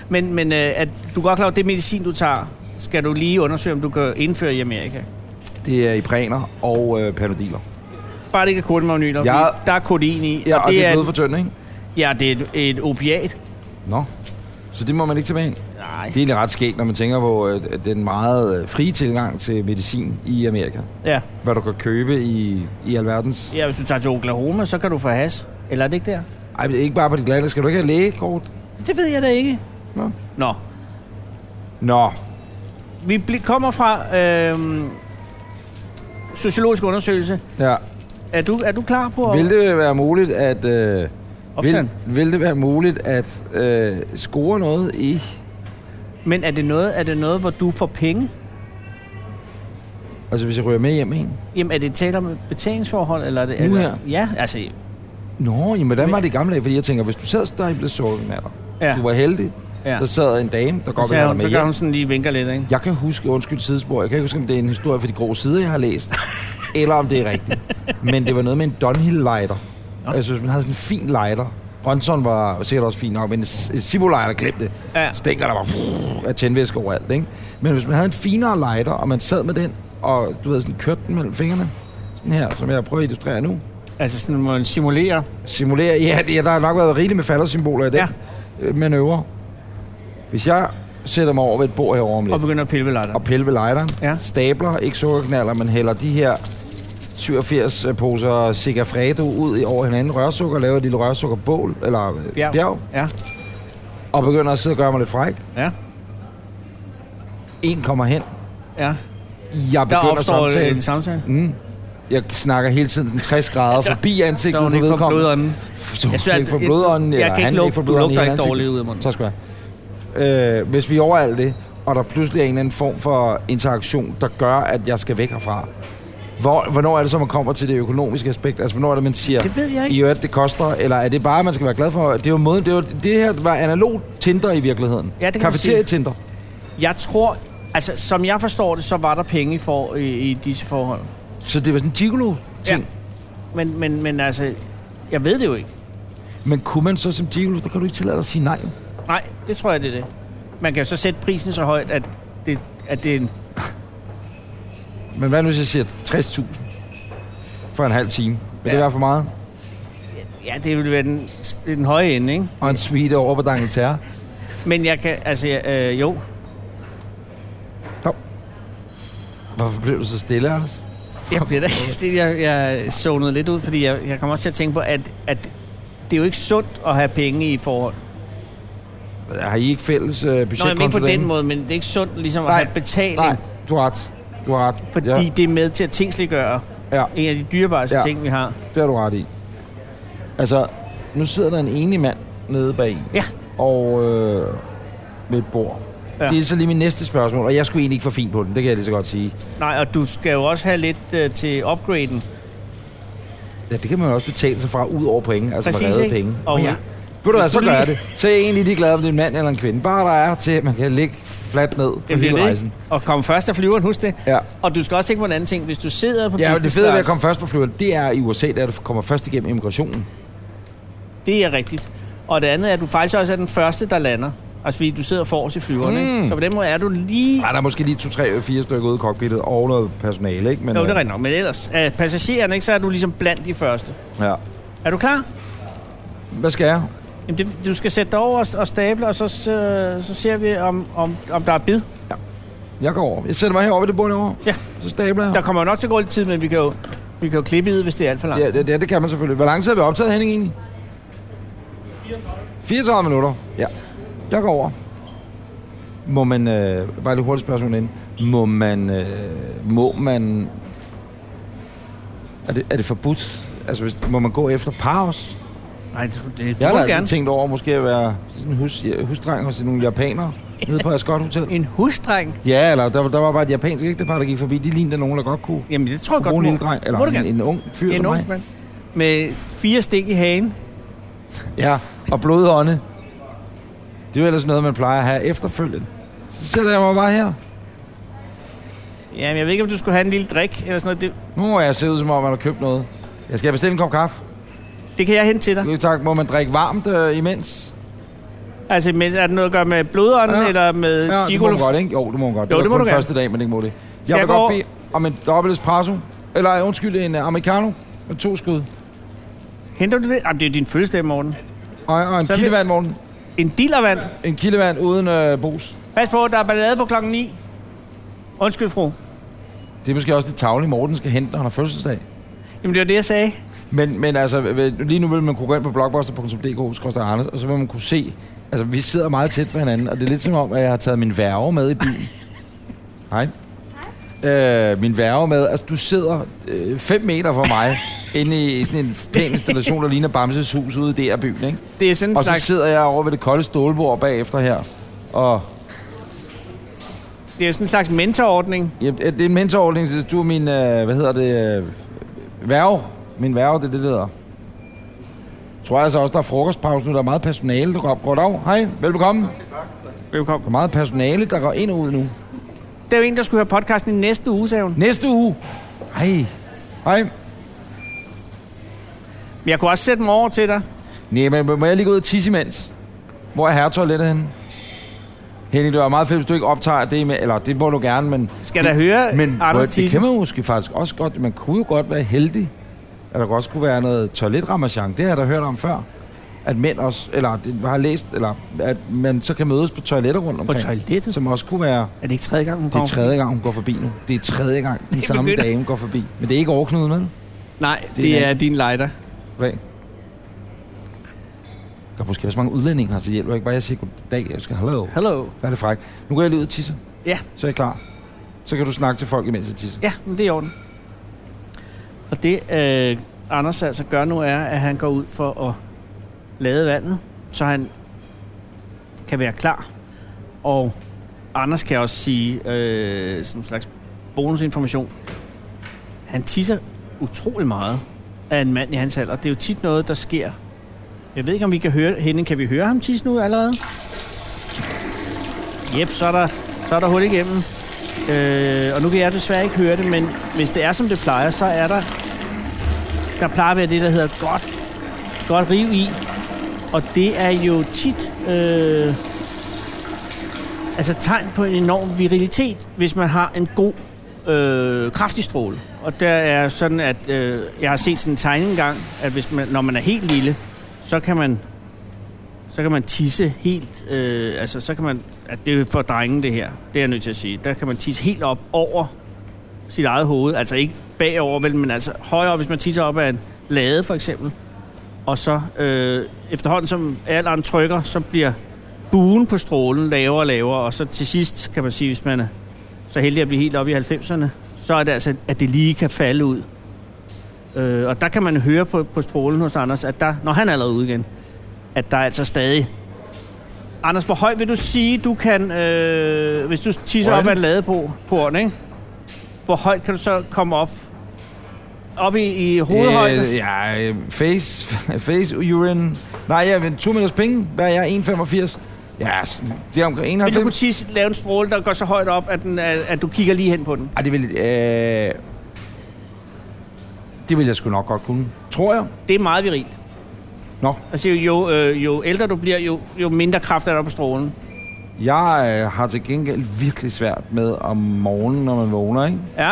Men, men øh, at du er godt klar over, det medicin, du tager, skal du lige undersøge, om du kan indføre i Amerika? Det er Iprener og øh, Panodiler. Bare det ikke er kodimagnyler, ja. Der er kodein i. Ja, og, og det, det er blodfortyndende, ikke? Ja, det er et, et opiat. Nå, så det må man ikke tage med ind? Nej. Det er egentlig ret skægt, når man tænker på at den meget frie tilgang til medicin i Amerika. Ja. Hvad du kan købe i, i alverdens... Ja, hvis du tager til Oklahoma, så kan du få has. Eller er det ikke der? Ej, ikke bare på dit glatte. Skal du ikke have lægekort? Det ved jeg da ikke. Nå. Nå. Nå. Vi bl- kommer fra øh, sociologisk undersøgelse. Ja. Er du, er du klar på at... Vil det være muligt at... Øh, vil, vil det være muligt at øh, score noget i... Men er det noget, er det noget, hvor du får penge? Altså, hvis jeg ryger med hjem en? Jamen, er det tale om et betalingsforhold, eller er det... Nu eller, her? Ja, altså... Nå, jamen, hvordan var det i gamle dage? Fordi jeg tænker, hvis du sad der i blev sukkerknatter, ja. du var heldig, ja. Der sad en dame, der godt ville have dig med så hjem. Så hun sådan lige vinker lidt, ikke? Jeg kan huske, undskyld sidespor, jeg kan ikke huske, om det er en historie for de grå sider, jeg har læst, eller om det er rigtigt. Men det var noget med en Dunhill lighter. Ja. Altså, hvis man havde sådan en fin lighter. Ronson var sikkert også fin nok, men en Sibo-lighter, glemte det. Ja. Stænker der var pff, af tændvæske overalt, ikke? Men hvis man havde en finere lighter, og man sad med den, og du ved, sådan kørte den mellem fingrene, sådan her, som jeg prøver at illustrere nu. Altså sådan, må man simulere? Simulere, ja, det, der har nok været rigeligt med faldersymboler i den ja. manøvre. Hvis jeg sætter mig over ved et bord herovre om lidt. Og begynder at pille ved lighteren. Og pille ved lighteren. Ja. Stabler, ikke sukkerknaller, men hælder de her syvogfirs poser Segafredo ud i over hinanden. Rørsukker, laver et lille rørsukkerbål, eller bjerg. bjerg. Ja. Og begynder at sidde og gøre mig lidt fræk. Ja. En kommer hen. Ja. Jeg begynder der opstår samtale. en samtale. Mm. Jeg snakker hele tiden sådan tres grader så, forbi ansigtet. Så hun ikke får blodånden. Så hun ikke får blodånden. Jeg kan ikke lugte, du lugter ikke dårligt ud af munden. Så skal jeg. Øh, hvis vi er over alt det, og der pludselig er en eller anden form for interaktion, der gør, at jeg skal væk herfra. Hvor, hvornår er det så, man kommer til det økonomiske aspekt? Altså, hvornår er det, man siger, det ved jeg ikke. I øvrigt, det koster? Eller er det bare, man skal være glad for? Det er jo måden, det, var, det her var analog Tinder i virkeligheden. Ja, det kan Cafeteria-Tinder. Jeg tror, altså, som jeg forstår det, så var der penge for i, i disse forhold. Så det var sådan en gigolo-ting? Ja. Men, men, men altså, jeg ved det jo ikke. Men kunne man så som gigolo, der kan du ikke tillade dig at sige nej? Nej, det tror jeg, det er det. Man kan jo så sætte prisen så højt, at det, at det er en... Men hvad nu, hvis jeg siger tres tusind for en halv time? Vil ja. det være for meget? Ja, det vil være den, den høje ende, ikke? Og en suite over på D'Angleterre. Men jeg kan, altså, øh, jo. Kom. Hvorfor blev du så stille, Anders? Jeg bliver da stille. Jeg, jeg zonede lidt ud, fordi jeg, jeg kommer også til at tænke på, at, at det er jo ikke sundt at have penge i forhold. Har I ikke fælles øh, budgetkonto? Nå, ikke på den måde, men det er ikke sundt ligesom nej, at have betaling. Nej, du har ret. Du har ret. Fordi ja. det er med til at tingsliggøre ja. en af de dyrebareste ja. ting, vi har. Det har du ret i. Altså, nu sidder der en enig mand nede bag ja. og øh, ved et bord. Ja. Det er så lige min næste spørgsmål, og jeg skulle egentlig ikke få fint på den, det kan jeg lige så godt sige. Nej, og du skal jo også have lidt øh, til upgraden. Ja, det kan man jo også betale sig fra ud over point, altså præcis, med redde penge. Og ja. Ved du hvad, så gør jeg det. Så er jeg egentlig lige glad, om det er en mand eller en kvinde. Bare der er til, at man kan ligge fladt ned på hele rejsen. Og komme først af flyveren, husk det. Ja. Og du skal også tænke på en anden ting. Hvis du sidder på ja, business det fede ved at komme først på flyveren, det er i U S A, der du kommer først igennem immigrationen. Det er rigtigt. Og det andet er, at du faktisk også er den første, der lander. Altså fordi du sidder forrest i flyveren, mm. ikke? Så på den måde er du lige... Nej, der er måske lige to, tre, fire stykker ude i cockpittet og noget personale, ikke? Men, jo, det er rigtigt nok. Men ellers, af passagererne, ikke, så er du ligesom blandt de første. Ja. Er du klar? Hvad skal jeg? Jamen, det, du skal sætte dig over og, og stable, og så, så, så ser vi, om, om, om der er bid. Ja. Jeg går over. Jeg sætter mig herover ved det bord herovre. Ja. Så stabler jeg. Der kommer jo nok til at gå lidt tid, men vi kan jo, vi kan jo klippe i det, hvis det er alt for langt. Ja, det, det, det kan man selvfølgelig. Hvor lang tid har vi optaget, Henning, egentlig? fireogtredive minutter. Ja. Jeg går over. Må man... Øh, bare lidt hurtigt spørgsmål inden. Må man... Øh, må man... Er det, er det forbudt? Altså, hvis, må man gå efter par også? Nej, det, det jeg har altid gerne tænkt over måske at være sådan en hus, husdreng hos nogle japanere nede på Ascot Hotel. En husdreng? Ja, eller der, der var bare et japansk ægtepar, der gik forbi. De lignede nogen, der godt kunne. Jamen, det tror jeg godt. En lille dreng, eller en, en ung fyr en som ung mig. Mand. Med fire stik i hagen. Ja, og blodånde. Det er jo ellers noget, man plejer at have efterfølgende. Så sætter jeg mig bare her. Jamen, jeg ved ikke, om du skulle have en lille drik eller sådan noget. Det... Nu må jeg se ud, som om man har købt noget. Jeg skal bestille en kop kaffe. Det kan jeg hente til dig. Jo, tak. Må man drikke varmt øh, imens? Altså, er det noget at gøre med blodånden, ja. eller med ja, gigolo? Ja, det må man godt, ikke? Jo, det må man godt. Jo, det, det var må kun du første dag, men det må det. Skal jeg vil godt bede om en dobbelt espresso. Eller undskyld, en americano med to skud. Henter du det? Jamen, det er din fødselsdag, Morten. Og, og en kildevand, Morten. En dillervand? En kildevand uden øh, bos. Pas på, der er ballade på klokken ni. Undskyld, fru. Det er måske også det tavle, Morten skal hente, når han har fødselsdag. Jamen, det var det, jeg sagde. Men, men altså, lige nu vil man kunne gå ind på blockbuster punktum d k skråstreg Anders, og så vil man kunne se, altså vi sidder meget tæt på hinanden, og det er lidt som om, at jeg har taget min værge med i byen. Hej. Øh, min værge med, altså du sidder øh, fem meter fra mig, inde i sådan en pæn installation, der ligner Bamses hus ude i der byen, ikke? Det er sådan og slags... så sidder jeg over ved det kolde stålbord bagefter her, og... Det er sådan en slags mentorordning. Ja, det er en mentorordning, så du er min, øh, hvad hedder det, øh, værge. Min værge, det er det, det hedder. Tror jeg altså også, der er frokostpause nu. Der er meget personale, der går op. Goddag. Hej, velbekomme. Velbekomme. Der er meget personale, der går ind og ud nu. Det er jo en, der skulle høre podcasten i næste uge, sagde hun. Næste uge? Hej. Hej. Men jeg kunne også sætte dem over til dig. Nej, men må jeg lige gå ud og tisse imens? Hvor er herretoilettet henne? Henning, det var meget fedt, hvis du ikke optager det med, eller det må du gerne, men... Skal der høre men, Anders tisse? Det kan man måske faktisk også godt. Man kunne jo godt være heldig, at der også kunne være noget toiletramachan. Det har jeg da hørt om før. At mænd også, eller det har læst, eller at man så kan mødes på toiletter rundt omkring. På toilettet? Som også kunne være... Er det ikke tredje gang, hun går? Det er tredje gang, hun går forbi nu. Det er tredje gang, den samme begynder. Dame går forbi. Men det er ikke overknuden, vel? Nej, det, det er, er din lighter. Hvad? Der er måske også mange udlændinge her, så hjælper ikke bare, jeg siger goddag. Jeg skal hello. Hello. Hvad er det fræk? Nu går jeg lige ud og tisser. Ja. Så er jeg klar. Så kan du snakke til folk, imens jeg tisser. Ja, men det er i orden. Og det, øh, Anders altså gør nu, er, at han går ud for at lade vandet, så han kan være klar. Og Anders kan også sige, øh, som en slags bonusinformation, han tisser utrolig meget af en mand i hans alder. Det er jo tit noget, der sker. Jeg ved ikke, om vi kan høre... Henning, kan vi høre ham tisse nu allerede? Jep, så er der, så er der hul igennem. Øh, og nu kan jeg desværre ikke høre det, men hvis det er, som det plejer, så er der... Der plejer at være det, der hedder godt, godt riv i. Og det er jo tit... Øh, altså tegn på en enorm virilitet, hvis man har en god, øh, kraftig stråle. Og der er sådan, at... Øh, jeg har set sådan en tegning engang, at hvis man, når man er helt lille, så kan man så kan man tisse helt, øh, altså så kan man, at det er for drenge det her, det er jeg nødt til at sige, der kan man tisse helt op over sit eget hoved, altså ikke bagover, vel, men altså højere, hvis man tisser op af en lade for eksempel, og så øh, efterhånden som alderen trykker, så bliver buen på strålen lavere og lavere, og så til sidst kan man sige, hvis man er så heldig at blive helt oppe i halvfemserne, så er det altså, at det lige kan falde ud. Øh, og der kan man høre på, på strålen hos Anders, at der, når han er allerede ude igen, at der er altså stadig... Anders, hvor højt vil du sige, du kan... Øh, hvis du tisser op af en ladeport, ikke? Hvor højt kan du så komme op? Op i, i hovedhøjde? Øh, ja, face, face urine... Nej, jeg vil to meters penge. Hvad er jeg? en komma femogfirs? Ja, det er omkring enoghalvfems. Vil du kunne tisse, lave en stråle, der går så højt op, at, den, at, at du kigger lige hen på den? Ej, det vil... Øh, det vil jeg sgu nok godt kunne. Tror jeg. Det er meget virilt. Nå. Altså, jo, øh, jo ældre du bliver, jo, jo mindre kraft er der på strålen. Jeg øh, har til gengæld virkelig svært med om morgenen, når man vågner, ikke? Ja.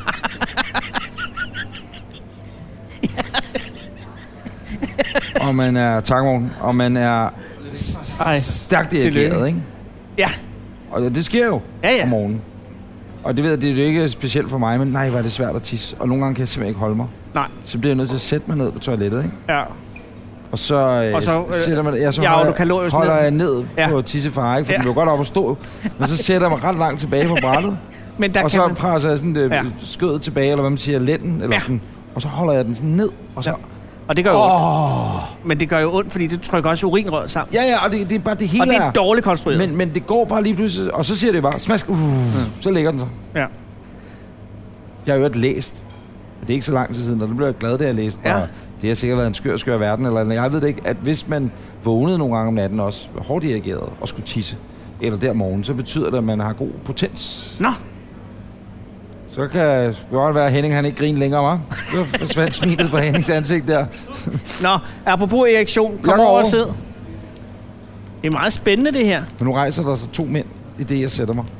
Og man er... Tak, morgen. Og man er Ej, stærkt irriteret, ikke? Ja. Og det sker jo ja, ja. om morgenen. Og det ved jeg, det er jo ikke specielt for mig, men nej, hvor er det svært at tisse. Og nogle gange kan jeg simpelthen ikke holde mig. Nej. Så bliver jeg nødt til at sætte mig ned på toilettet, ikke? Ja. Og så, øh, og så øh, sætter man, ja, så ja, holder, du holder ned. jeg ned ja. på tissefar, ikke? For ja. Den vil godt op og stå. Men så sætter jeg mig ret langt tilbage på brættet. Men der og kan så man... presser jeg sådan det ja. skødet tilbage, eller hvad man siger, lænden, eller ja. sådan. Og så holder jeg den sådan ned, og så... Ja. Og det gør jo oh. ondt. Men det gør jo ondt, fordi det trykker også urinrøret sammen. Ja, ja, og det, det er bare det hele. Og det er dårligt konstrueret. Men, men det går bare lige pludselig, og så siger det bare, smask, uh, mm. så ligger den så. Ja. Jeg har jo hørt læst. Det er ikke så lang tid siden, og det blev jeg glad, da jeg læste. Ja. Det har sikkert været en skør, skør verden, eller jeg ved det ikke, at hvis man vågnede nogle gange om natten også, hårdt irrigeret og skulle tisse, eller der morgen, så betyder det, at man har god potens. Nå. Så kan det godt være, at Henning han ikke griner længere, hva'? Så forsvandt smilet på Hennings ansigt der. Nå, apropos erektion, kom over og sid. Det er meget spændende, det her. Men nu rejser der så to mænd, i det jeg sætter mig.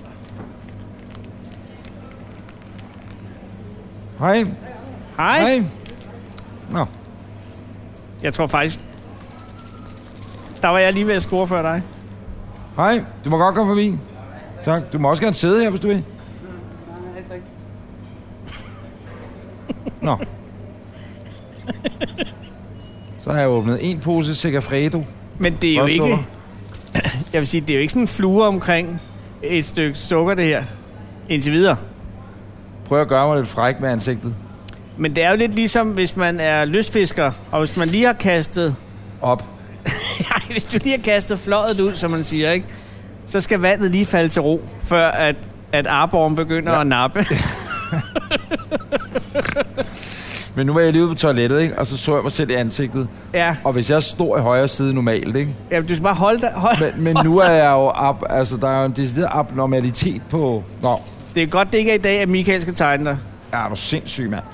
Hej. Hej. Hej. Nå. Jeg tror faktisk... Der var jeg lige ved at score før dig. Hej. Du må godt komme forbi. Tak. Du må også gerne sidde her, hvis du vil. Nå. Så har jeg åbnet en pose Segafredo. Men det er jo ikke... Jeg vil sige, det er jo ikke sådan en flue omkring et stykke sukker, det her. Indtil videre. Prøv at gøre mig lidt fræk med ansigtet. Men det er jo lidt ligesom, hvis man er lystfisker, og hvis man lige har kastet... Op. Nej, hvis du lige har kastet fløjet ud, som man siger, ikke? Så skal vandet lige falde til ro, før at, at arborgen begynder ja. at nappe. Men nu var jeg lige ude på toilettet, ikke? Og så så jeg mig selv i ansigtet. Ja. Og hvis jeg står i højre side normalt, ikke? Ja, du skal bare holde dig. Hold. Men, men nu er jeg jo op, altså der er jo en decideret abnormalitet på... Nå. Det er godt, det ikke er i dag, at Michael skal tegne dig. Ja, er du sindssyg, mand.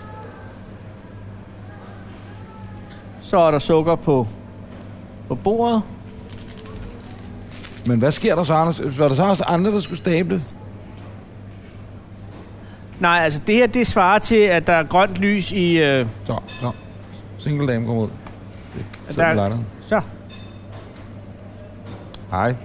Så er der sukker på, på bordet. Men hvad sker der så, Anders? Var der så også andre, der skulle stable? Nej, altså det her, det svarer til, at der er grønt lys i... Øh... Så, så. Single dame kommer ud. Det der... er så. Hej.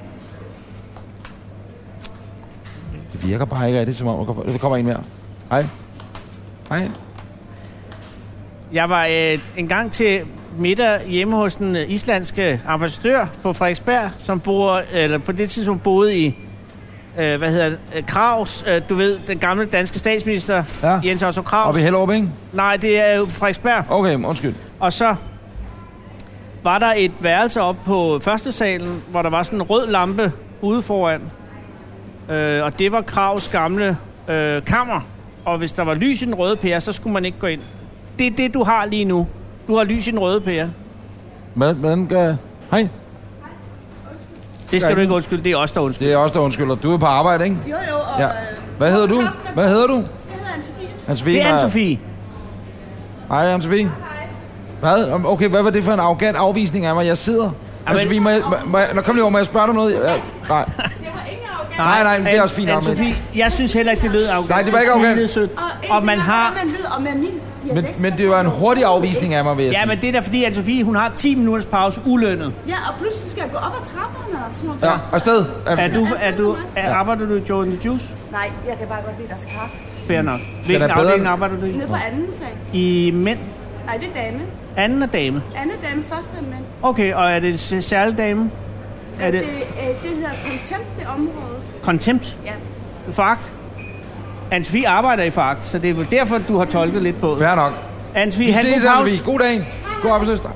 Det virker bare ikke rigtig, som om der kommer en mere. Hej. Hej. Jeg var øh, en gang til middag hjemme hos den øh, islandske ambassadør på Frederiksberg, som bor, eller på det tidspunkt boede i, øh, hvad hedder det, øh, Kraus, øh, du ved, den gamle danske statsminister, ja. Jens Otto Kraus. Oppe i Hellerup, ikke? Nej, det er jo Frederiksberg. Okay, undskyld. Og så var der et værelse op på første salen, hvor der var sådan en rød lampe ude foran. Øh, og det var Kraus gamle øh, kammer. Og hvis der var lys i den røde pære, så skulle man ikke gå ind. Det er det, du har lige nu. Du har lys i den røde pære. Hvordan gør... Hej. Det skal du ikke undskylde. Det er os, der undskylder. Det er os, der undskylder. Du er på arbejde, ikke? Jo, jo. Og, ja. Hvad hedder du? Hvad hedder du? Jeg hedder Anne-Sophie. Anne-Sophie. Det er Anne-Sophie. Hej, Anne-Sophie. Hvad? Okay, hvad var det for en arrogant afvisning af mig? Jeg sidder... Anne-Sophie, må jeg... Må jeg nå, kom lige over, må jeg spørge dig noget? Ja, nej. Nej, nej, det er også fint. Anne-Sophie, jeg synes heller ikke, det lød arrogant. Nej, det var ikke arrogant. Og, og man har... Men, men det var en hurtig afvisning af mig, vil jeg Ja, sige. men det er da fordi, Anne-Sophie, hun har ti minutters pause ulønnet. Ja, og pludselig skal jeg gå op ad trapperne og sådan noget. Ja, afsted. Er du, er du, er, arbejder du i Joe and the Juice? Nej, jeg kan bare godt lide deres kaffe. Fair nok. Hvilken afdeling arbejder du i? Nede på anden sag. I mænd? Nej, det er dame. Anden og dame? Anden dame, første er mænd. Okay, og er det særlig dame? Er det, det, det hedder Contempt, det område. Contempt? Ja. Foragt? Anne-Sophie arbejder i Foragt, så det er vel derfor, du har tolket lidt på. Fair nok. Anne-Sophie, vi ses, Anne-Sophie. God dag. God arbejdsløster.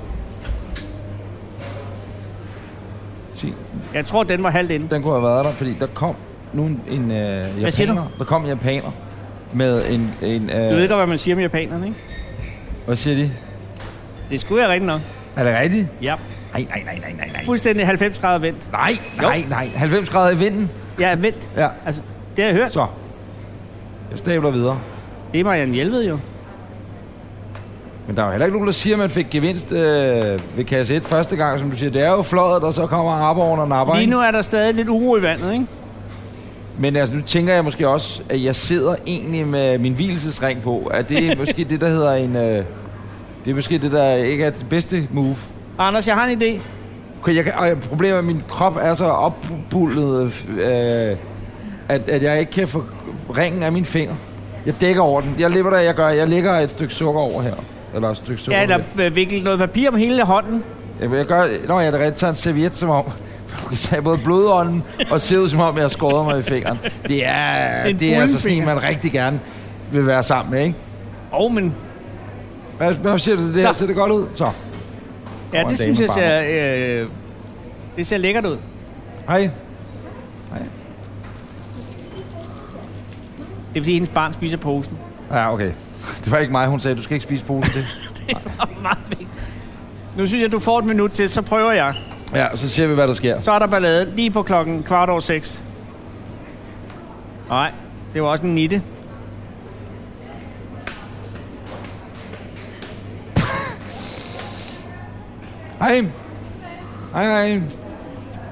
Jeg tror, den var halvt inde. Den kunne have været der, fordi der kom nu en, en uh, japaner. Der kom en japaner med en... en uh, du ved ikke, hvad man siger med japanerne, ikke? Hvad siger de? Det skulle jeg rigtig nok. Er det rigtigt? Ja. Nej, nej, nej, nej, nej, nej. Fuldstændig halvfems grader vendt. Nej, nej, jo. nej. halvfems grader i vinden. Ja, vendt. Ja. Altså, det har jeg hørt. Så. Jeg stabler videre. Det er Marianne Hjelved jo. Men der er jo heller ikke nogen, der siger, at man fik gevinst øh, ved kasse et første gang, som du siger. Det er jo fløjet, og så kommer arborgen og napper. Lige nu er der stadig lidt uro i vandet, ikke? Men altså, nu tænker jeg måske også, at jeg sidder egentlig med min hvilesesring på. At det er måske det, der hedder en... Øh, det er måske det, der ikke er det bedste move. Anders, jeg har en idé. Okay, jeg kan, og problemet er, at min krop er så oppullet, øh, at, at jeg ikke kan få ringen af mine fingre. Jeg dækker over den. Jeg lever der, jeg gør. Jeg lægger et stykke sukker over her. Eller et stykke sukker. Ja, eller viklet noget papir om hele hånden. Jeg, jeg gør... Nå, jeg er da rigtig taget en serviet, som om... Du kan tage både blodånden og se ud, som om jeg har skåret mig i fingeren. Det er, det er altså sådan en, man rigtig gerne vil være sammen med, ikke? Åh, oh, men... Hvad, hvad siger du til det her? Ser det godt ud? Så. Ja, det synes jeg ser... Øh, det ser lækkert ud. Hej. Hej. Det er fordi, hendes barn spiser posen. Ja, okay. Det var ikke mig, hun sagde, du skal ikke spise posen. Det, det var meget vigtigt. Nu synes jeg, du får et minut til, så prøver jeg. Ja, og så ser vi, hvad der sker. Så er der ballade lige på klokken kvart over seks. Nej, det var også en nitte. Hej. Hej, hej.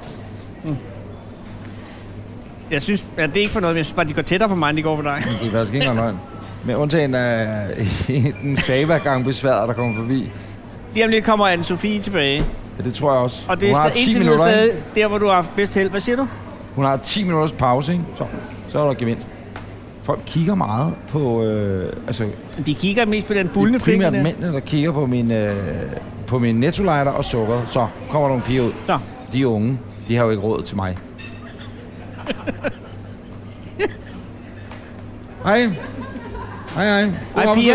Jeg synes, ja, det er ikke for noget, men jeg synes bare, de går tættere på mig, end de går på dig. Det er faktisk ikke engang løgn. Men undtagen af den Sava-gang besværet, der kommer forbi. Lige om lidt kommer Anne-Sophie tilbage. Ja, det tror jeg også. Og det er indtil videre stadig der, hvor du har haft bedst held. Hvad siger du? Hun har ti minutters pause, ikke? Så, så er der gevinst. Folk kigger meget på... Øh, altså, de kigger mest på den bullende finger der. Det er primært mændene, der kigger på min, øh, på min Netto-lighter og sukker. Så kommer der nogle piger ud. Så. De unge, de har jo ikke råd til mig. Hej. Hej, hej. Hej, piger.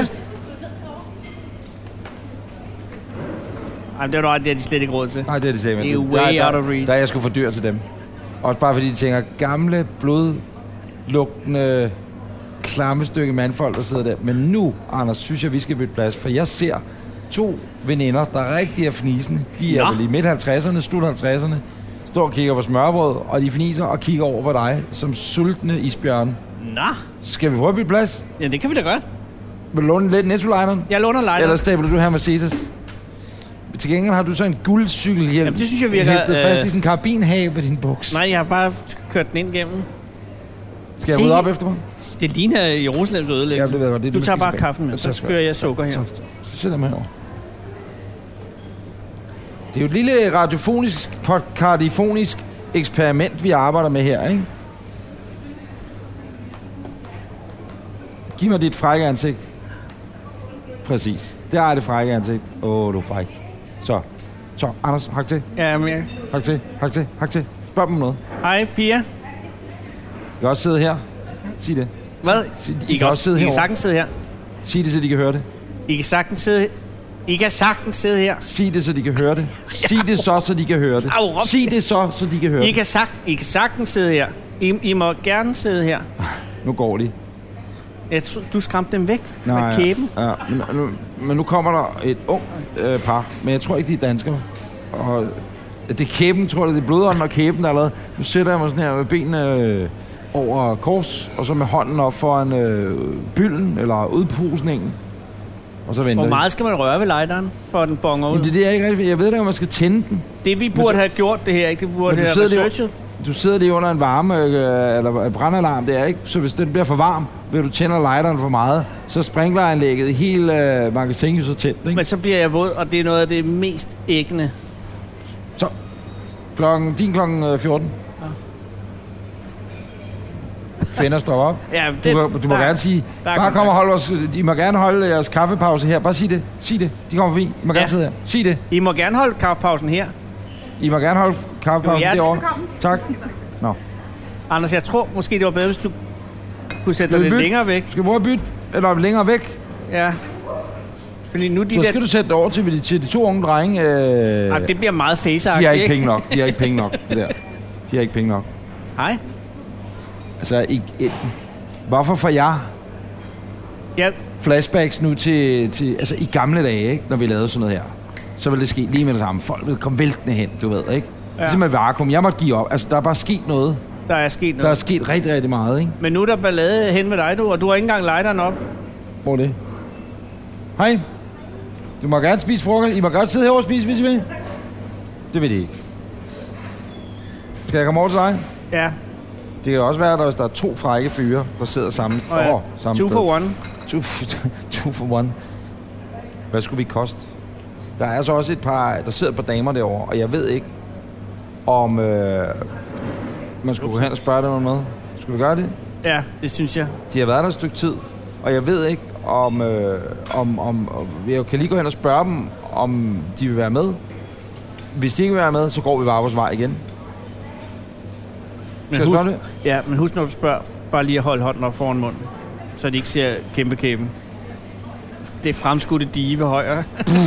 Ej, det er du ret, det er de slet ikke råd til. Nej, det er de slet ikke. Det er way der, out of reach. Der er jeg sgu for dyr til dem. Også bare fordi de tænker, gamle, blodlugtende, klamme stykke mandfolk, der sidder der. Men nu, Anders, synes jeg, vi skal bytte plads. For jeg ser to veninder, der rigtig er fnisende. De er Nå. vel i midt halvtredserne, slut halvtredserne. Står og kigger på smørbrød, og de fniser og kigger over på dig, som sultne isbjørne. Nå. Skal vi prøve at bytte plads? Ja, det kan vi da godt. Vil du låne lidt Netto-lighteren? Jeg låner lighteren. Eller stabler du her Mercedes? Til gengæld har du så en guldcykelhjelm. Jamen, det synes jeg virker... Hæftet fast øh... i sådan en karabinhage på din buks. Nej, jeg har bare kørt den ind gennem. Skal jeg rydde op efter mig? Det ligner Jerusalems ødelæggelse. Ja, det ved jeg, det du, du tager bare skal... kaffen med, så skører jeg sukker her. Så, så, så sætter jeg mig herovre. Det er jo et lille radiofonisk, podcardifonisk eksperiment, vi arbejder med her, ikke? Giv mig dit frække ansigt. Præcis. Det er det frække ansigt. Åh, oh, du er fræk. Så. Så, Anders, hak til. Ja, men jeg... Hak til, hak til, hak til. Spørg dem noget. Hej, Pia. I kan også sidde her. Sig det. Hvad? Sig, I, I kan, kan også sidde her. I kan sagtens sidde her. Sig det, så de kan høre det. I kan sagtens sidde her. I kan sagtens sidde her. Sig det, så de kan høre det. Sig det så, så de kan høre det. Sig det så, så de kan høre I det. Kan sag, I kan sagtens sidde her. I, I må gerne sidde her. Nu går de. Jeg tror, du skræmte dem væk Nej, med kæben. Ja, ja. Men, nu, men nu kommer der et ung øh, par, men jeg tror ikke, de er danskere. Og det er kæben, tror jeg, det er blodånden og kæben, der er lavet. Nu sætter jeg mig sådan her med benene øh, over kors, og så med hånden op foran øh, bylden, eller udposningen. Og så venter Hvor meget skal man røre ved lighteren, for den bonger ud? Det er det, jeg ikke rigtig... Jeg ved ikke, om man skal tænde den. Det vi burde så, have gjort det her, ikke? Det burde have researchet. Du sidder lige under en varme øh, eller brandalarm der, ikke? Så hvis den bliver for varm, vil du tænde lighteren for meget, så sprinkleranlægget i hele øh, magasinet så tændt, ikke? Men så bliver jeg våd, og det er noget af det mest æggende. Så klokken, din klokken fjorten. Ja. Kvinder står op. Ja, det, du, du må der, gerne sige, bare kom og hold os. I må gerne holde jeres kaffepause her. Bare sig det. Sig det. De kommer forbi. I må ja. gerne sidde her. Sig det. I må gerne holde kaffepausen her. I må gerne holde kaffepausen derovre. Tak. Nå. Anders, jeg tror måske, det var bedre, hvis du kunne sætte dig lidt bytte? længere væk. Skal vi prøve at bytte? Eller længere væk? Ja. Fordi nu de så der... skal du sætte det over til de, til de to unge drenge. Øh... Ej, det bliver meget faceagtigt. De har ikke, ikke penge nok. De har ikke penge nok. Det der. De har ikke penge nok. Hej. Altså, i, i, hvorfor får jeg ja. flashbacks nu til, til... Altså, i gamle dage, ikke, når vi lavede sådan noget her, så ville det ske lige med det samme. Folk ville komme væltende hen, du ved, ikke? Ja. Simpelthen vakuum. Jeg måtte give op. Altså, der er bare sket noget. Der er sket noget. Der er sket rigtig, rigtig meget, ikke? Men nu er der ballade hen med dig, du, og du har ikke engang lighteren op. Hvor er det? Hej. Du må gerne spise frokost. I må godt sidde herovre og spise, hvis I vil. Det vil de ikke. Skal jeg komme over til dig? Ja. Det kan også være, at der, hvis der er to frække fyre, der sidder sammen. Oh, ja. oh, sammen two for one. Two for, two for one. Hvad skulle vi koste? Der er altså også et par, der sidder et par damer derovre, og jeg ved ikke, om øh, man skulle gå hen og spørge dem om noget. Skulle vi gøre det? Ja, det synes jeg. De har været der et stykke tid, og jeg ved ikke, om, øh, om, om, om jeg kan lige gå hen og spørge dem, om de vil være med. Hvis de ikke vil være med, så går vi bare vores vej igen. Men husk, det? Ja, men husk, når du spørger, bare lige at holde hånden op foran munden, så de ikke ser kæmpe kæben. Det er fremskudte dige ved højre.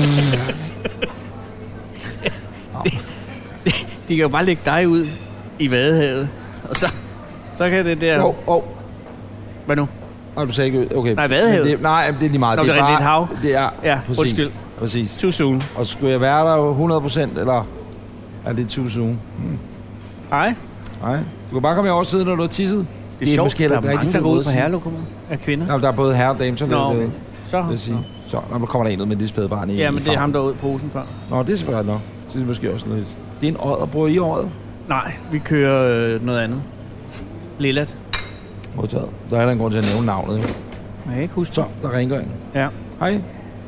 de, de, de kan jo bare lægge dig ud i Vadehavet, og så, så kan det der... Oh, oh. Hvad nu? Nå, du sagde ikke... Okay. Nej, Vadehavet. Det, nej, det er lige meget. Nå, det er det er bare... et hav. Det er... Ja, præcis, undskyld. Præcis. Too soon. Og skulle jeg være der hundrede procent, eller er det too soon? Hmm. Nej. Nej. Du kan bare komme over og sidde, når du har tisset. Det er, det er sjovt, måske der er mange, der går ud på herrelokummet af kvinder. Ja, der er både herre og dame, så Nå, det, det, så. det sige. Så, når der kommer der en ud med det spædbarn i Ja, men i det er ham, der er ud på posen før. Nå, det er selvfølgelig nok. Det er måske også noget. Det er en odder. Bruger I odder? Nej, vi kører øh, noget andet. Lillet. Modtaget. Der er der en grund til at nævne navnet, jo. Jeg kan ikke huske Så, der er rengøring. Ja. Hej.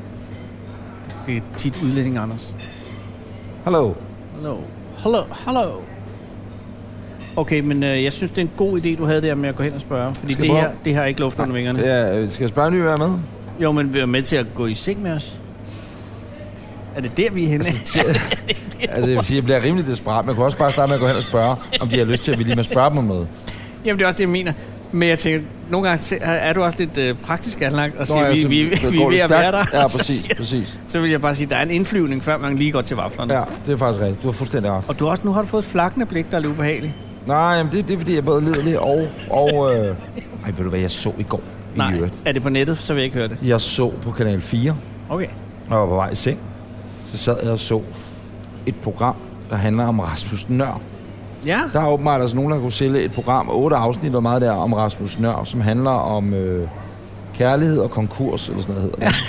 Det er tit udlænding, Anders. Hallo. Hallo. Hallo. Hallo. Okay, men øh, jeg synes, det er en god idé, du havde der med at gå hen og spørge. Fordi det her, det har ikke luft under vingerne. Ja, skal jeg spørge, ny være med? Jo, men vi er med til at gå i seng med os. Er det der, vi er henne? Altså, altså jeg vil sige, jeg bliver rimelig desperat. Man kan også bare starte med at gå hen og spørge, om de har lyst til, at vi lige må spørge dem om noget. Jamen, det er også det, jeg mener. Men jeg tænker, nogle gange er du også lidt øh, praktisk anlagt og siger, Nå, vi, altså, vi, vi, vi er ved at være der. Ja, præcis, præcis. Så vil jeg bare sige, at der er en indflyvning, før man lige går til vaflerne. Ja, det er faktisk rigtigt. Du har fuldstændig ret. Og du også, nu har du fået et flakkende blik, der er lidt ubehageligt. Nej, jamen det, det er fordi, jeg er både liderlig og... og øh... Ej, ved du hvad, jeg så i går? Nej, i øvrigt. Er det på nettet, så vil jeg ikke høre det. Jeg så på Kanal fire, Okay. og jeg var på vej i seng. Så sad jeg og så et program, der handler om Rasmus Nøhr. Ja. Der er åbenbart altså nogen, der kunne sælge et program, otte afsnit og meget der om Rasmus Nøhr, som handler om øh, kærlighed og konkurs, eller sådan noget hedder det.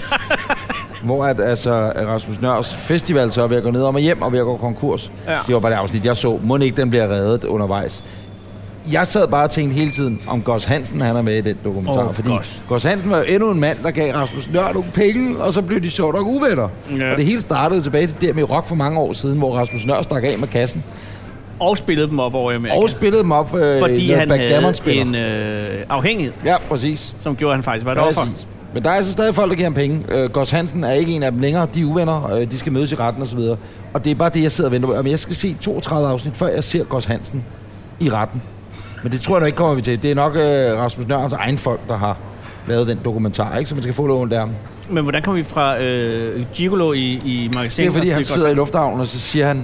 Hvor at, altså, Rasmus Nøhrs festival så er ved at gå ned om og hjem, og ved at gå konkurs. Ja. Det var bare det afsnit, jeg så. Må ikke den bliver reddet undervejs. Jeg sad bare og tænkte hele tiden, om Gås Hansen han er med i den dokumentar. Oh, fordi Gås. Gås Hansen var jo endnu en mand, der gav Rasmus Nøhr nogle penge, og så blev de sjovt nok uvenner. Ja. Og det hele startede tilbage til der med Rock for mange år siden, hvor Rasmus Nøhr stak af med kassen. Og spillede dem op over i Amerika. Og spillede dem op, øh, fordi han havde en øh... øh, afhængighed. Ja, præcis. Som gjorde, at han faktisk var et offer. Men der er altså stadig folk, der giver ham penge. Øh, Gås Hansen er ikke en af dem længere. De er uvenner. Øh, de skal mødes i retten og så videre. Og det er bare det, jeg sidder og venter på. Jamen, jeg skal se toogtredive afsnit, før jeg ser Gås Hansen i retten. Men det tror jeg nok ikke kommer vi til. Det er nok øh, Rasmus Nøhrens egen folk, der har lavet den dokumentar, ikke? Så man skal få det ondt der. Men hvordan kommer vi fra øh, Gigolo i, i magasinet? Det er fordi, han sidder i lufthavnen, og så siger han...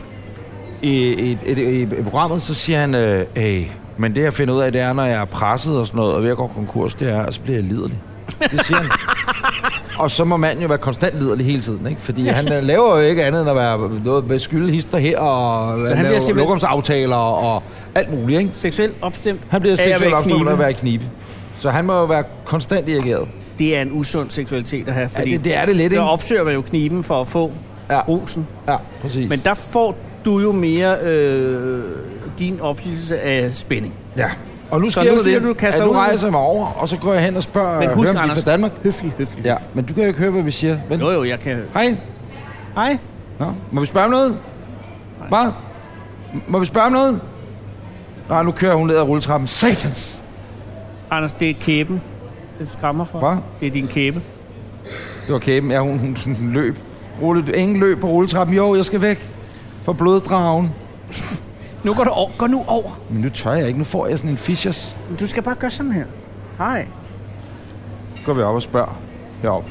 I, i, i, i, i programmet, så siger han... Øh, hey, men det jeg finder ud af, det er, når jeg er presset og sådan noget, og ved at gå konkurs, det er, og så bliver jeg liderlig. Det siger han. Og så må manden jo være konstant liderlig hele tiden, ikke? Fordi han laver jo ikke andet end at være noget med skyldehister her, og han, han laver simpelthen... lokumsaftaler og alt muligt, ikke? Seksuelt opstemt. Han bliver seksuelt opstemt af at være i knibe. Så han må jo være konstant irrigeret. Det er en usund seksualitet at have, fordi ja, det, det er det lidt, ikke? Der opsøger man jo kniben for at få ja. rosen. Ja, præcis. Men der får du jo mere øh, din oplevelse af spænding. Ja. Og nu sker nu det, siger, du, at du rejser mig over, og så går jeg hen og spørger, men husk, hører, om de er fra Danmark. Høflig, høflig. Ja, men du kan jo ikke høre, hvad vi siger. Men... Jo, jo, jeg kan høre. Hej. Hej. Nå, må vi spørge om noget? Hvad? Må vi spørge om noget? Nej, nu kører hun ned ad rulletrappen. Satans! Anders, det er kæben. Det skræmmer fra. Hvad? Det er din kæbe. Det var kæben. Ja, hun, hun, hun løb. Rulle, ingen løb på rulletrappen. Jo, jeg skal væk fra bloddragen. Nu går du over. Gå nu over. Men nu tør jeg ikke. Nu får jeg sådan en Fischers. Men du skal bare gøre sådan her. Hej. Går vi op og spørger heroppe.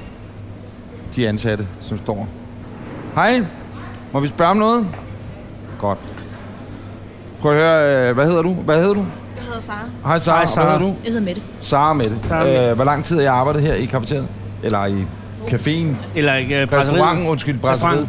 De ansatte, som står. Hej. Må vi spørge om noget? Godt. Prøv at høre. Hvad hedder du? Hvad hedder du? Jeg hedder Sara. Hej Sara. Hej, Sara. Hvad hedder du? Jeg hedder Mette. Sara Mette. Sara. Øh, hvor lang tid har jeg arbejdet her i kafeteriet? Eller i caféen? Eller ikke uh, Restauranten, undskyld, brasseriet.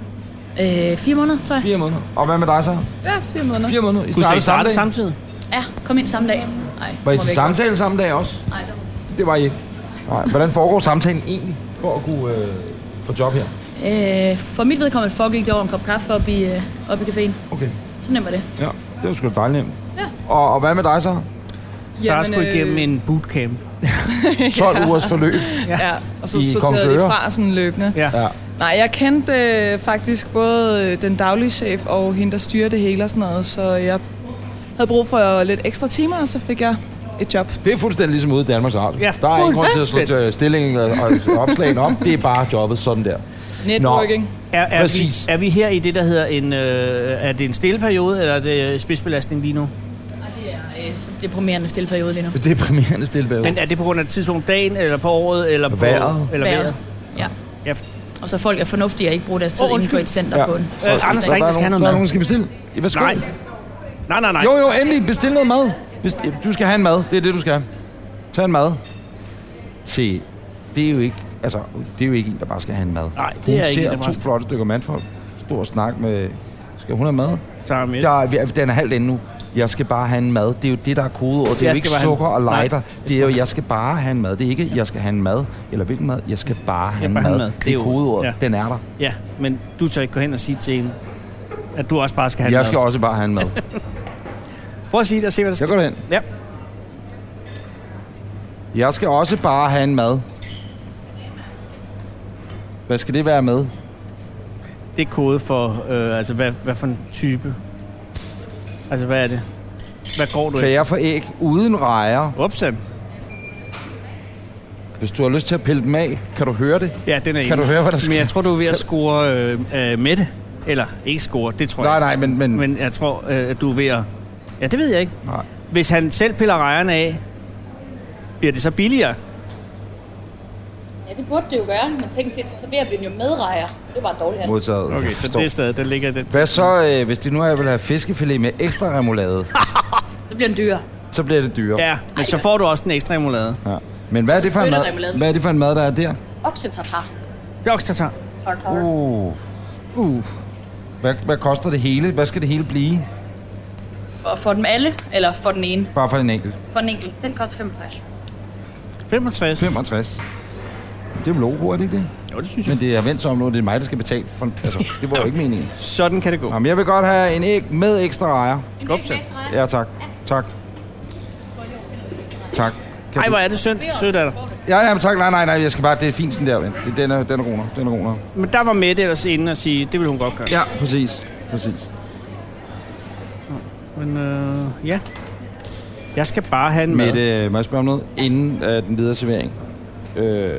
Øh, fire måneder, tror jeg. Fire måneder. Og hvad med dig så? Ja, fire måneder. Fire måneder. I Kunne I startede samme dag? samtidig? Ja, kom ind samme dag. Nej, Var I til samtale samme dag også? Nej, det var... Det var I ikke. Nej. Hvordan foregår samtalen egentlig for at kunne øh, få job her? Øh, for mit vedkommende foregik det over en kop kaffe op i, øh, op i caféen. Okay. Så nemt var det. Ja, det var sgu da dejligt nemt. Ja. Og, og hvad med dig så? Sara skulle igennem en bootcamp. tolv ugers forløb. Ja, ja, og så I sorterede de fra sådan løbende. Ja. Ja. Nej, jeg kendte øh, faktisk både den daglige chef og hende, der styrer det hele og sådan noget, så jeg havde brug for lidt ekstra timer, og så fik jeg et job. Det er fuldstændig ligesom ude i Danmarks Radio. Ja, der er ingen grund til at slå stillingen og, og opslagene op. Det er bare jobbet sådan der. Networking. Er, er, Præcis. vi, er vi her i det, der hedder en... Øh, er det en stille periode, eller er det spidsbelastning lige nu? Det er øh, deprimerende stille periode lige nu. Det er deprimerende stille. Men er det på grund af tidspunkt dagen, eller på året, eller på... Vejret. Eller vejret? Ja. Ja. Og så folk er fornuftige at ikke bruge deres tid oh, inden for et center ja. på den. Øh, Anders, der er ikke, der skal have noget mad. Der er mad. nogen, der skal bestille. Værsgo. Nej. Nej, nej, nej. Jo, jo, endelig. Bestil noget mad. Bestil, du skal have en mad. Det er det, du skal. Tag en mad. Se, det er jo ikke... Altså, det er jo ikke en, der bare skal have en mad. Nej, det er hun ikke ser en, der to bare... flotte stykker mandfolk. Stor snak med... Skal hun have mad? Sara Mette. Der, den er halvt inde nu. Jeg skal bare have en mad. Det er jo det, der er kodeord. Det er jo ikke sukker og lighter. Det er jo, jeg skal bare have en mad. Det er ikke, jeg skal have en mad. Eller hvilken mad? Jeg skal bare have en mad. mad. Det er kodeord. Ja. Den er der. Ja, men du tør ikke gå hen og sige til hende, at du også bare skal have jeg en mad. Jeg skal også bare have en mad. Prøv at sige det og se, hvad der sker. Jeg går derhen. Ja. Jeg skal også bare have en mad. Hvad skal det være med? Det er kode for, øh, altså hvad, hvad for en type? Altså, hvad er det? Hvad går du Kan efter? jeg få æg uden rejer? Upsen. Hvis du har lyst til at pille dem af, kan du høre det? Ja, den er Kan du høre, hvad der sker? Men jeg tror, du er ved at score øh, øh, med det. Eller ikke score, det tror Nej, jeg. nej, men... Men, Men jeg tror, øh, at du er ved at... Ja, det ved jeg ikke. nej. Hvis han selv piller rejerne af, bliver det så billigere? Ja, det burde det jo gøre, men teknisk set, så serverer vi den jo med rejer. Det er bare dårligt handel. Modtaget. Okay, Jeg så forstår. det er stadig, der ligger den. Hvad så, øh, hvis de nu er, vil have fiskefilet med ekstra remoulade? Så bliver den dyr. Så bliver det dyrere. Ja, men så får du også den ekstra remoulade. Ja. Men hvad er det for en mad? Bønneremoulade. Hvad er det for en mad, der er der? Oksetartar. Det er også tartar. Tartar. Uh. Uh. Hvad, hvad koster det hele? Hvad skal det hele blive? For, for dem alle, eller for den ene? Bare for en enkelt. For den enkelt. Den koster femogtres. femogtres. femogtres. Det er vel ok, er det ikke det? Jo, det synes jeg. Men det er vendt om nu, det er mig, der skal betale for. Altså, det var jo ikke meningen. Sådan kan det gå. Jamen, jeg vil godt have en æg med ekstra rejer. En Upsen. ekstra rejer? Ja, tak. Tak. Tak. Kan Ej, du- hvor er det synd, sødt af dig. Ja, ja, men tak. Nej, nej, nej. Jeg skal bare... Det er fint sådan der, ven. Det, den er, den er god nok. Den er god nok. Men der var Mette ellers inde og sige, det ville hun godt gøre. Ja, præcis. Præcis. Men øh, ja. Jeg skal bare have en mad. Mette, må jeg spørge om noget? Inden øh, den videre servering. Øh,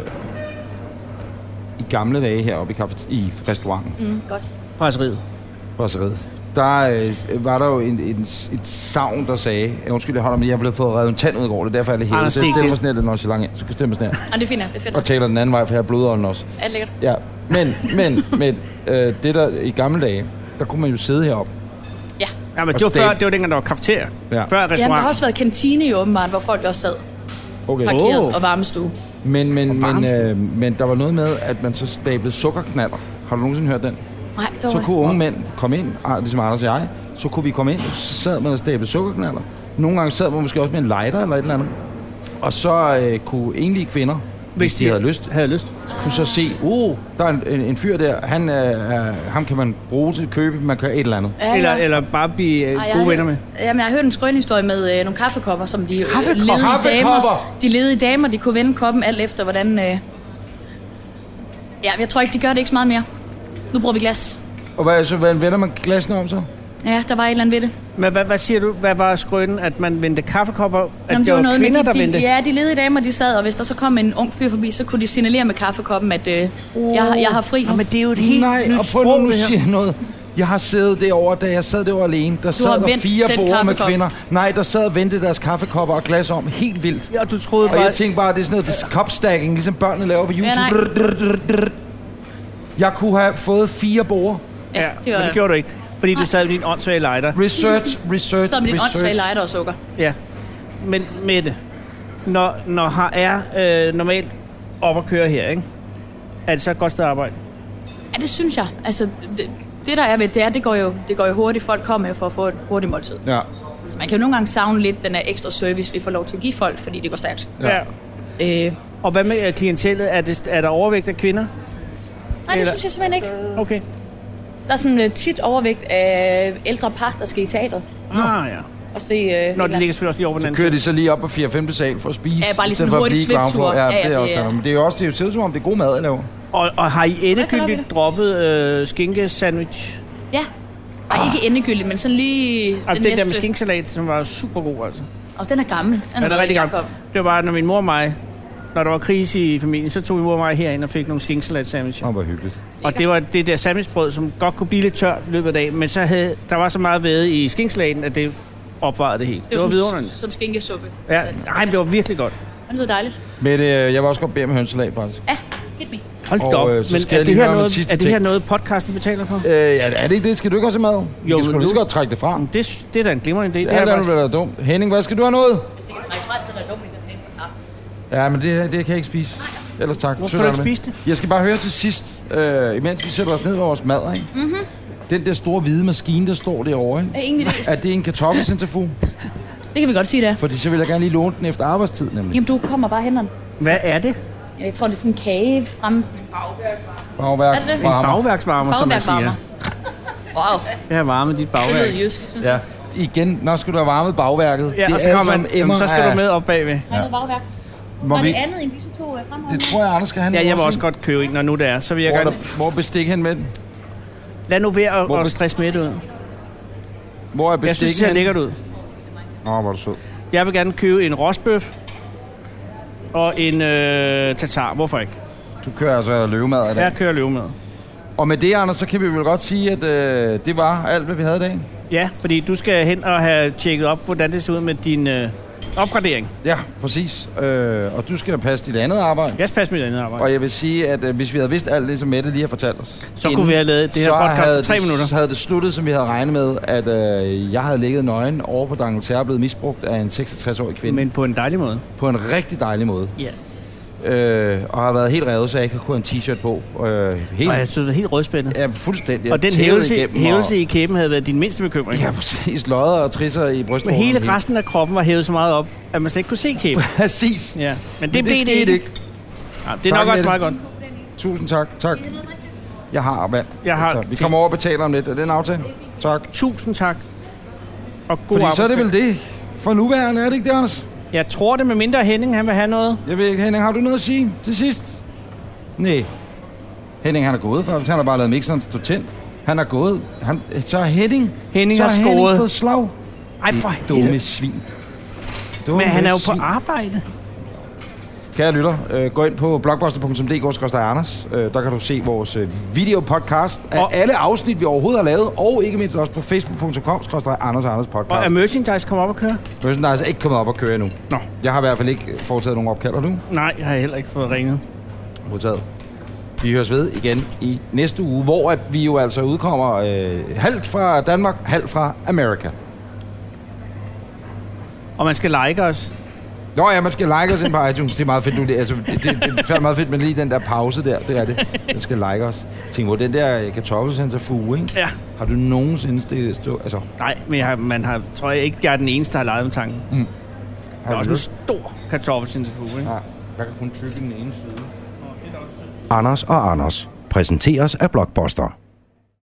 I gamle dage heroppe i, kaffe- i restauranten, Mm, godt. Braseriet. Braseriet, der øh, var der jo en, en, et savn, der sagde, "Ja, undskyld, jeg holder, men jeg er blevet fået revet en tand ud i går, det er derfor, jeg er lidt hævet. Anders, Så det jeg er stiller ikke mig sådan her lidt nonchalant ind. Så kan jeg stille mig sådan her. Og det er fint, det er fedt. Og taler den anden vej, for jeg har blodånden også. Er det lækkert? Ja, men, men med øh, det der i gamle dage, der kunne man jo sidde heroppe. Ja. Ja, men Og det var steak. før, det var dengang, der var kafeteria. Ja. Før Ja, men der restaurant. har også været kantine jo åbenbart, hvor folk også sad Okay. parkeret Åh. og varmestue. Men, men, men, varmestue. øh, men der var noget med, at man så stablede sukkerknaller. Har du nogensinde hørt den? Nej, det Så var kunne unge mænd komme ind, ah, ligesom Anders og jeg, så kunne vi komme ind, så sad man og stablede sukkerknaller. Nogle gange sad man måske også med en lighter eller et eller andet. Og så øh, kunne enlige kvinder, hvis, hvis de, de havde lyst, Havde lyst. kunne så se, uh, der er en, en, en fyr der, han, øh, øh, ham kan man bruge til at købe, man kan et eller andet. Ja, Eller, ja. eller bare blive øh, Ej, jeg gode har venner hørt- med. Jamen, jeg har hørt en skrønehistorie med øh, nogle kaffekopper, som de øh, Kaffekopper? ledige damer, Kaffekopper? de ledige damer, de kunne vende koppen alt efter, hvordan... Øh... Ja, jeg tror ikke, de gør det ikke så meget mere. Nu bruger vi glas. Og hvad, så hvad vender man glassene om så? Ja, der var et eller andet ved det. Men hvad, hvad siger du? Hvad var skrønen? At man vendte kaffekopper? At Jamen, det var, noget kvinder, med, der de, vendte? de, ja, de ledige damer, de sad, og hvis der så kom en ung fyr forbi, så kunne de signalere med kaffekoppen, at øh, jeg, har- jeg har fri nu. Nå, men det er jo et helt Nej, nyt og prøv sprog, nu, nu det her. siger jeg noget. Jeg har siddet derovre, da jeg sad derovre alene. Der sad har der vendt fire den borde med kaffekop. kvinder. Nej, der sad og vendte deres kaffekopper og glas om helt vildt. Ja, du troede Og bare... jeg tænkte bare, det er sådan noget det er cup-stacking, ligesom børnene laver på YouTube. nej. Drr, drr, drr, drr. Jeg kunne have fået fire borde. Ja, det men var- det gjorde du ikke. Fordi du sad med din åndssvage lighter. Research, research, Så med din åndssvage research. lighter og sukker. Ja. Men Mette, når, når har er øh, normalt op at køre her, ikke? Er det så et godt sted at arbejde? Ja, det synes jeg. Altså, det, det der er ved det er, det går jo, det går jo hurtigt. Folk kommer jo for at få et hurtigt måltid. Ja. Så man kan jo nogle gange savne lidt den her ekstra service, vi får lov til at give folk, fordi det går stærkt. Ja. Ja. Øh, Og hvad med øh, klientellet? Er, det, er der overvægt af kvinder? nej, det Eller- synes jeg simpelthen ikke. Okay. Der er sådan uh, tit overvægt af ældre par, der skal i teateret Ah, ja. og se... Uh, Nå, det ligger selvfølgelig også lige over på den Så anden kører side. de så lige op på fjerde femte sal for at spise. Ja, bare lige i stedet sådan en for at hurtig blive ground floor. sviptur. Ja, Ja, ja, det er det også er- fair. Men det er jo også, det ser ud som om, det er god mad, jeg laver. Og, og har I Hvad kalder vi endegyldigt det? droppet øh, skinke-sandwich? Ja. Ej, ikke endegyldigt, men sådan lige Og den den der med næste. skinksalat, som var super god, altså. Og den er gammel. Den Ja, det er været rigtig i gammel. Jacob. Det var bare, når min mor og mig, når der var krise i familien, så tog min mor og mig herind og fik nogle skinksalat-sandwich. Åh, hvor hyggeligt. Og det var det der sandwichbrød, som godt kunne blive lidt tørt i løbet af dagen, men så havde, der var så meget væde i skinksalaten, at det opvarede det helt. Det Det, var var sådan, vidunderligt. sådan skinkesuppe. Ja, Altså, nej, men det var virkelig godt. Det lyder dejligt. Men øh, jeg vil også godt bede om hønsalat, faktisk. Ja, hit me. Hold da Og, op. øh, så Men skal er jeg det, lige her høre om noget, den sidste er det her ting. noget, podcasten betaler for? Øh, ja, er det ikke det? Skal du ikke også have mad? Jo, Du skal men lige så nu- godt trække det fra. Det, det er da en glimrende idé. Det Ja, er det er bare... nu være dumt. Henning, hvad skal du have noget? Hvis det kan trækkes fra, så er det dumt, vi kan tage en kaffe. Ja, men det, det kan jeg ikke spise. Ellers tak. Hvorfor Sødt kan du af ikke dig med. spise det? Jeg skal bare høre til sidst, øh, imens vi sætter os ned ved vores mad, ikke? Mm-hmm. Den der store hvide maskine, der står derovre, ikke? Er ingen idé. Er det en kartoffelcentrifug? Det kan vi godt sige, det er. Fordi så vil jeg gerne lige låne den efter arbejdstid, nemlig. Jamen, du kommer bare hen den. Hvad er det? Jeg tror, det er sådan en kage frem. Bagværk. Er det det? En varmer. bagværksvarmer, som man siger. Bagværksvarmer. Wow, Det har varmet dit det bagværk. lyder jysk, synes Ja, jeg. igen, når skal du have varmet bagværket. Ja, det og så, kommer man, jamen, så skal af... du med op bagved. Har I noget bagværk? Må Var vi... det andet end disse to fremhånd? Det tror jeg, Anders skal have. Ja, jeg vil også godt købe en, når nu det er. Så vil jeg hvor, gerne... der, hvor bestik hen med den? Lad nu være at, at best... stresse med det ud. Hvor er bestikken? Jeg synes, det ser lækkert ud. Åh, hvor er du sød. Jeg vil gerne købe en rostbøf og en øh, tatar. Hvorfor ikke? Du kører altså løvemad af det? Jeg kører løvemad. Og med det, Anders, så kan vi vel godt sige, at øh, det var alt, hvad vi havde i dag. Ja, fordi du skal hen og have tjekket op, hvordan det ser ud med din øh, opgradering. Ja, præcis. Øh, og du skal passe dit andet arbejde. Jeg skal passe mit andet arbejde. Og jeg vil sige, at øh, hvis vi havde vidst alt det, som Mette lige har fortalt os, så inden, kunne vi have lavet det her podcast på tre det, minutter. Så havde det sluttet, som vi havde regnet med, at øh, jeg havde ligget nøgen over på D'Angleterre og blevet misbrugt af en seksogtres-årig kvinde. Men på en dejlig måde. På en rigtig dejlig måde. Ja. Øh, og har været helt revet, så jeg ikke har kunnet en t-shirt på. Øh, helt, og jeg synes, det er helt rødspændet. Ja, fuldstændig. Og den hævelse, hævelse og... i kæben havde været din mindste bekymring. Ja, præcis. Lodder og trisser i brystet. Men hele resten af kroppen var hævet så meget op, at man slet ikke kunne se kæben. Præcis. Ja. Men det, Men det blev det ikke. ikke. Ja, det er tak, nok også meget godt. Tusind tak. Tak. Jeg har vand. Jeg har vi kommer over og betaler om lidt. Er det en aftale? Tak. Tusind tak. Og god Fordi så er det vel det. For nuværende er det ikke det, Anders? Jeg tror det, med mindre Henning, han vil have noget. Jeg ved ikke, Henning, har du noget at sige til sidst? Nej. Henning, han er gået, faktisk. Han har bare lavet mixeren stå tændt. Han er gået. Han, så er Henning... Henning så har Henning scoret. fået slag. Ej, for dumme helvede. svin. Dumme Men han er jo svin. på arbejde. Kære lytter, øh, gå ind på blogbuster punktum d k skråstreg Anders. Øh, der kan du se vores øh, videopodcast af og alle afsnit, vi overhovedet har lavet. Og ikke mindst også på facebook punktum com skråstreg Anders og Anders podcast. Og er merchandise kommet op at køre? Merchandise er ikke kommet op at køre endnu. Nå. Jeg har i hvert fald ikke foretaget nogen opkald, og du? Nej, jeg har heller ikke fået ringet. Modtaget. Vi høres ved igen i næste uge, hvor at vi jo altså udkommer øh, halvt fra Danmark, halvt fra Amerika. Og man skal like os. Nå ja, man skal like os ind på iTunes. Det er meget fedt, du, altså, det, det, det er meget fedt, men lige den der pause der, det er det. Man skal like os. Tænk, hvor den der kartoffelcenterfuge, ikke? Ja. Har du nogensinde stillet stå? Altså. Nej, men jeg har, man har, tror jeg ikke, jeg er den eneste, der har leget med tanken. Mm. Der er også en stor kartoffelcenterfuge, ikke? Ja, jeg kan kun tykke den ene side. Anders og Anders præsenteres af Blockbuster.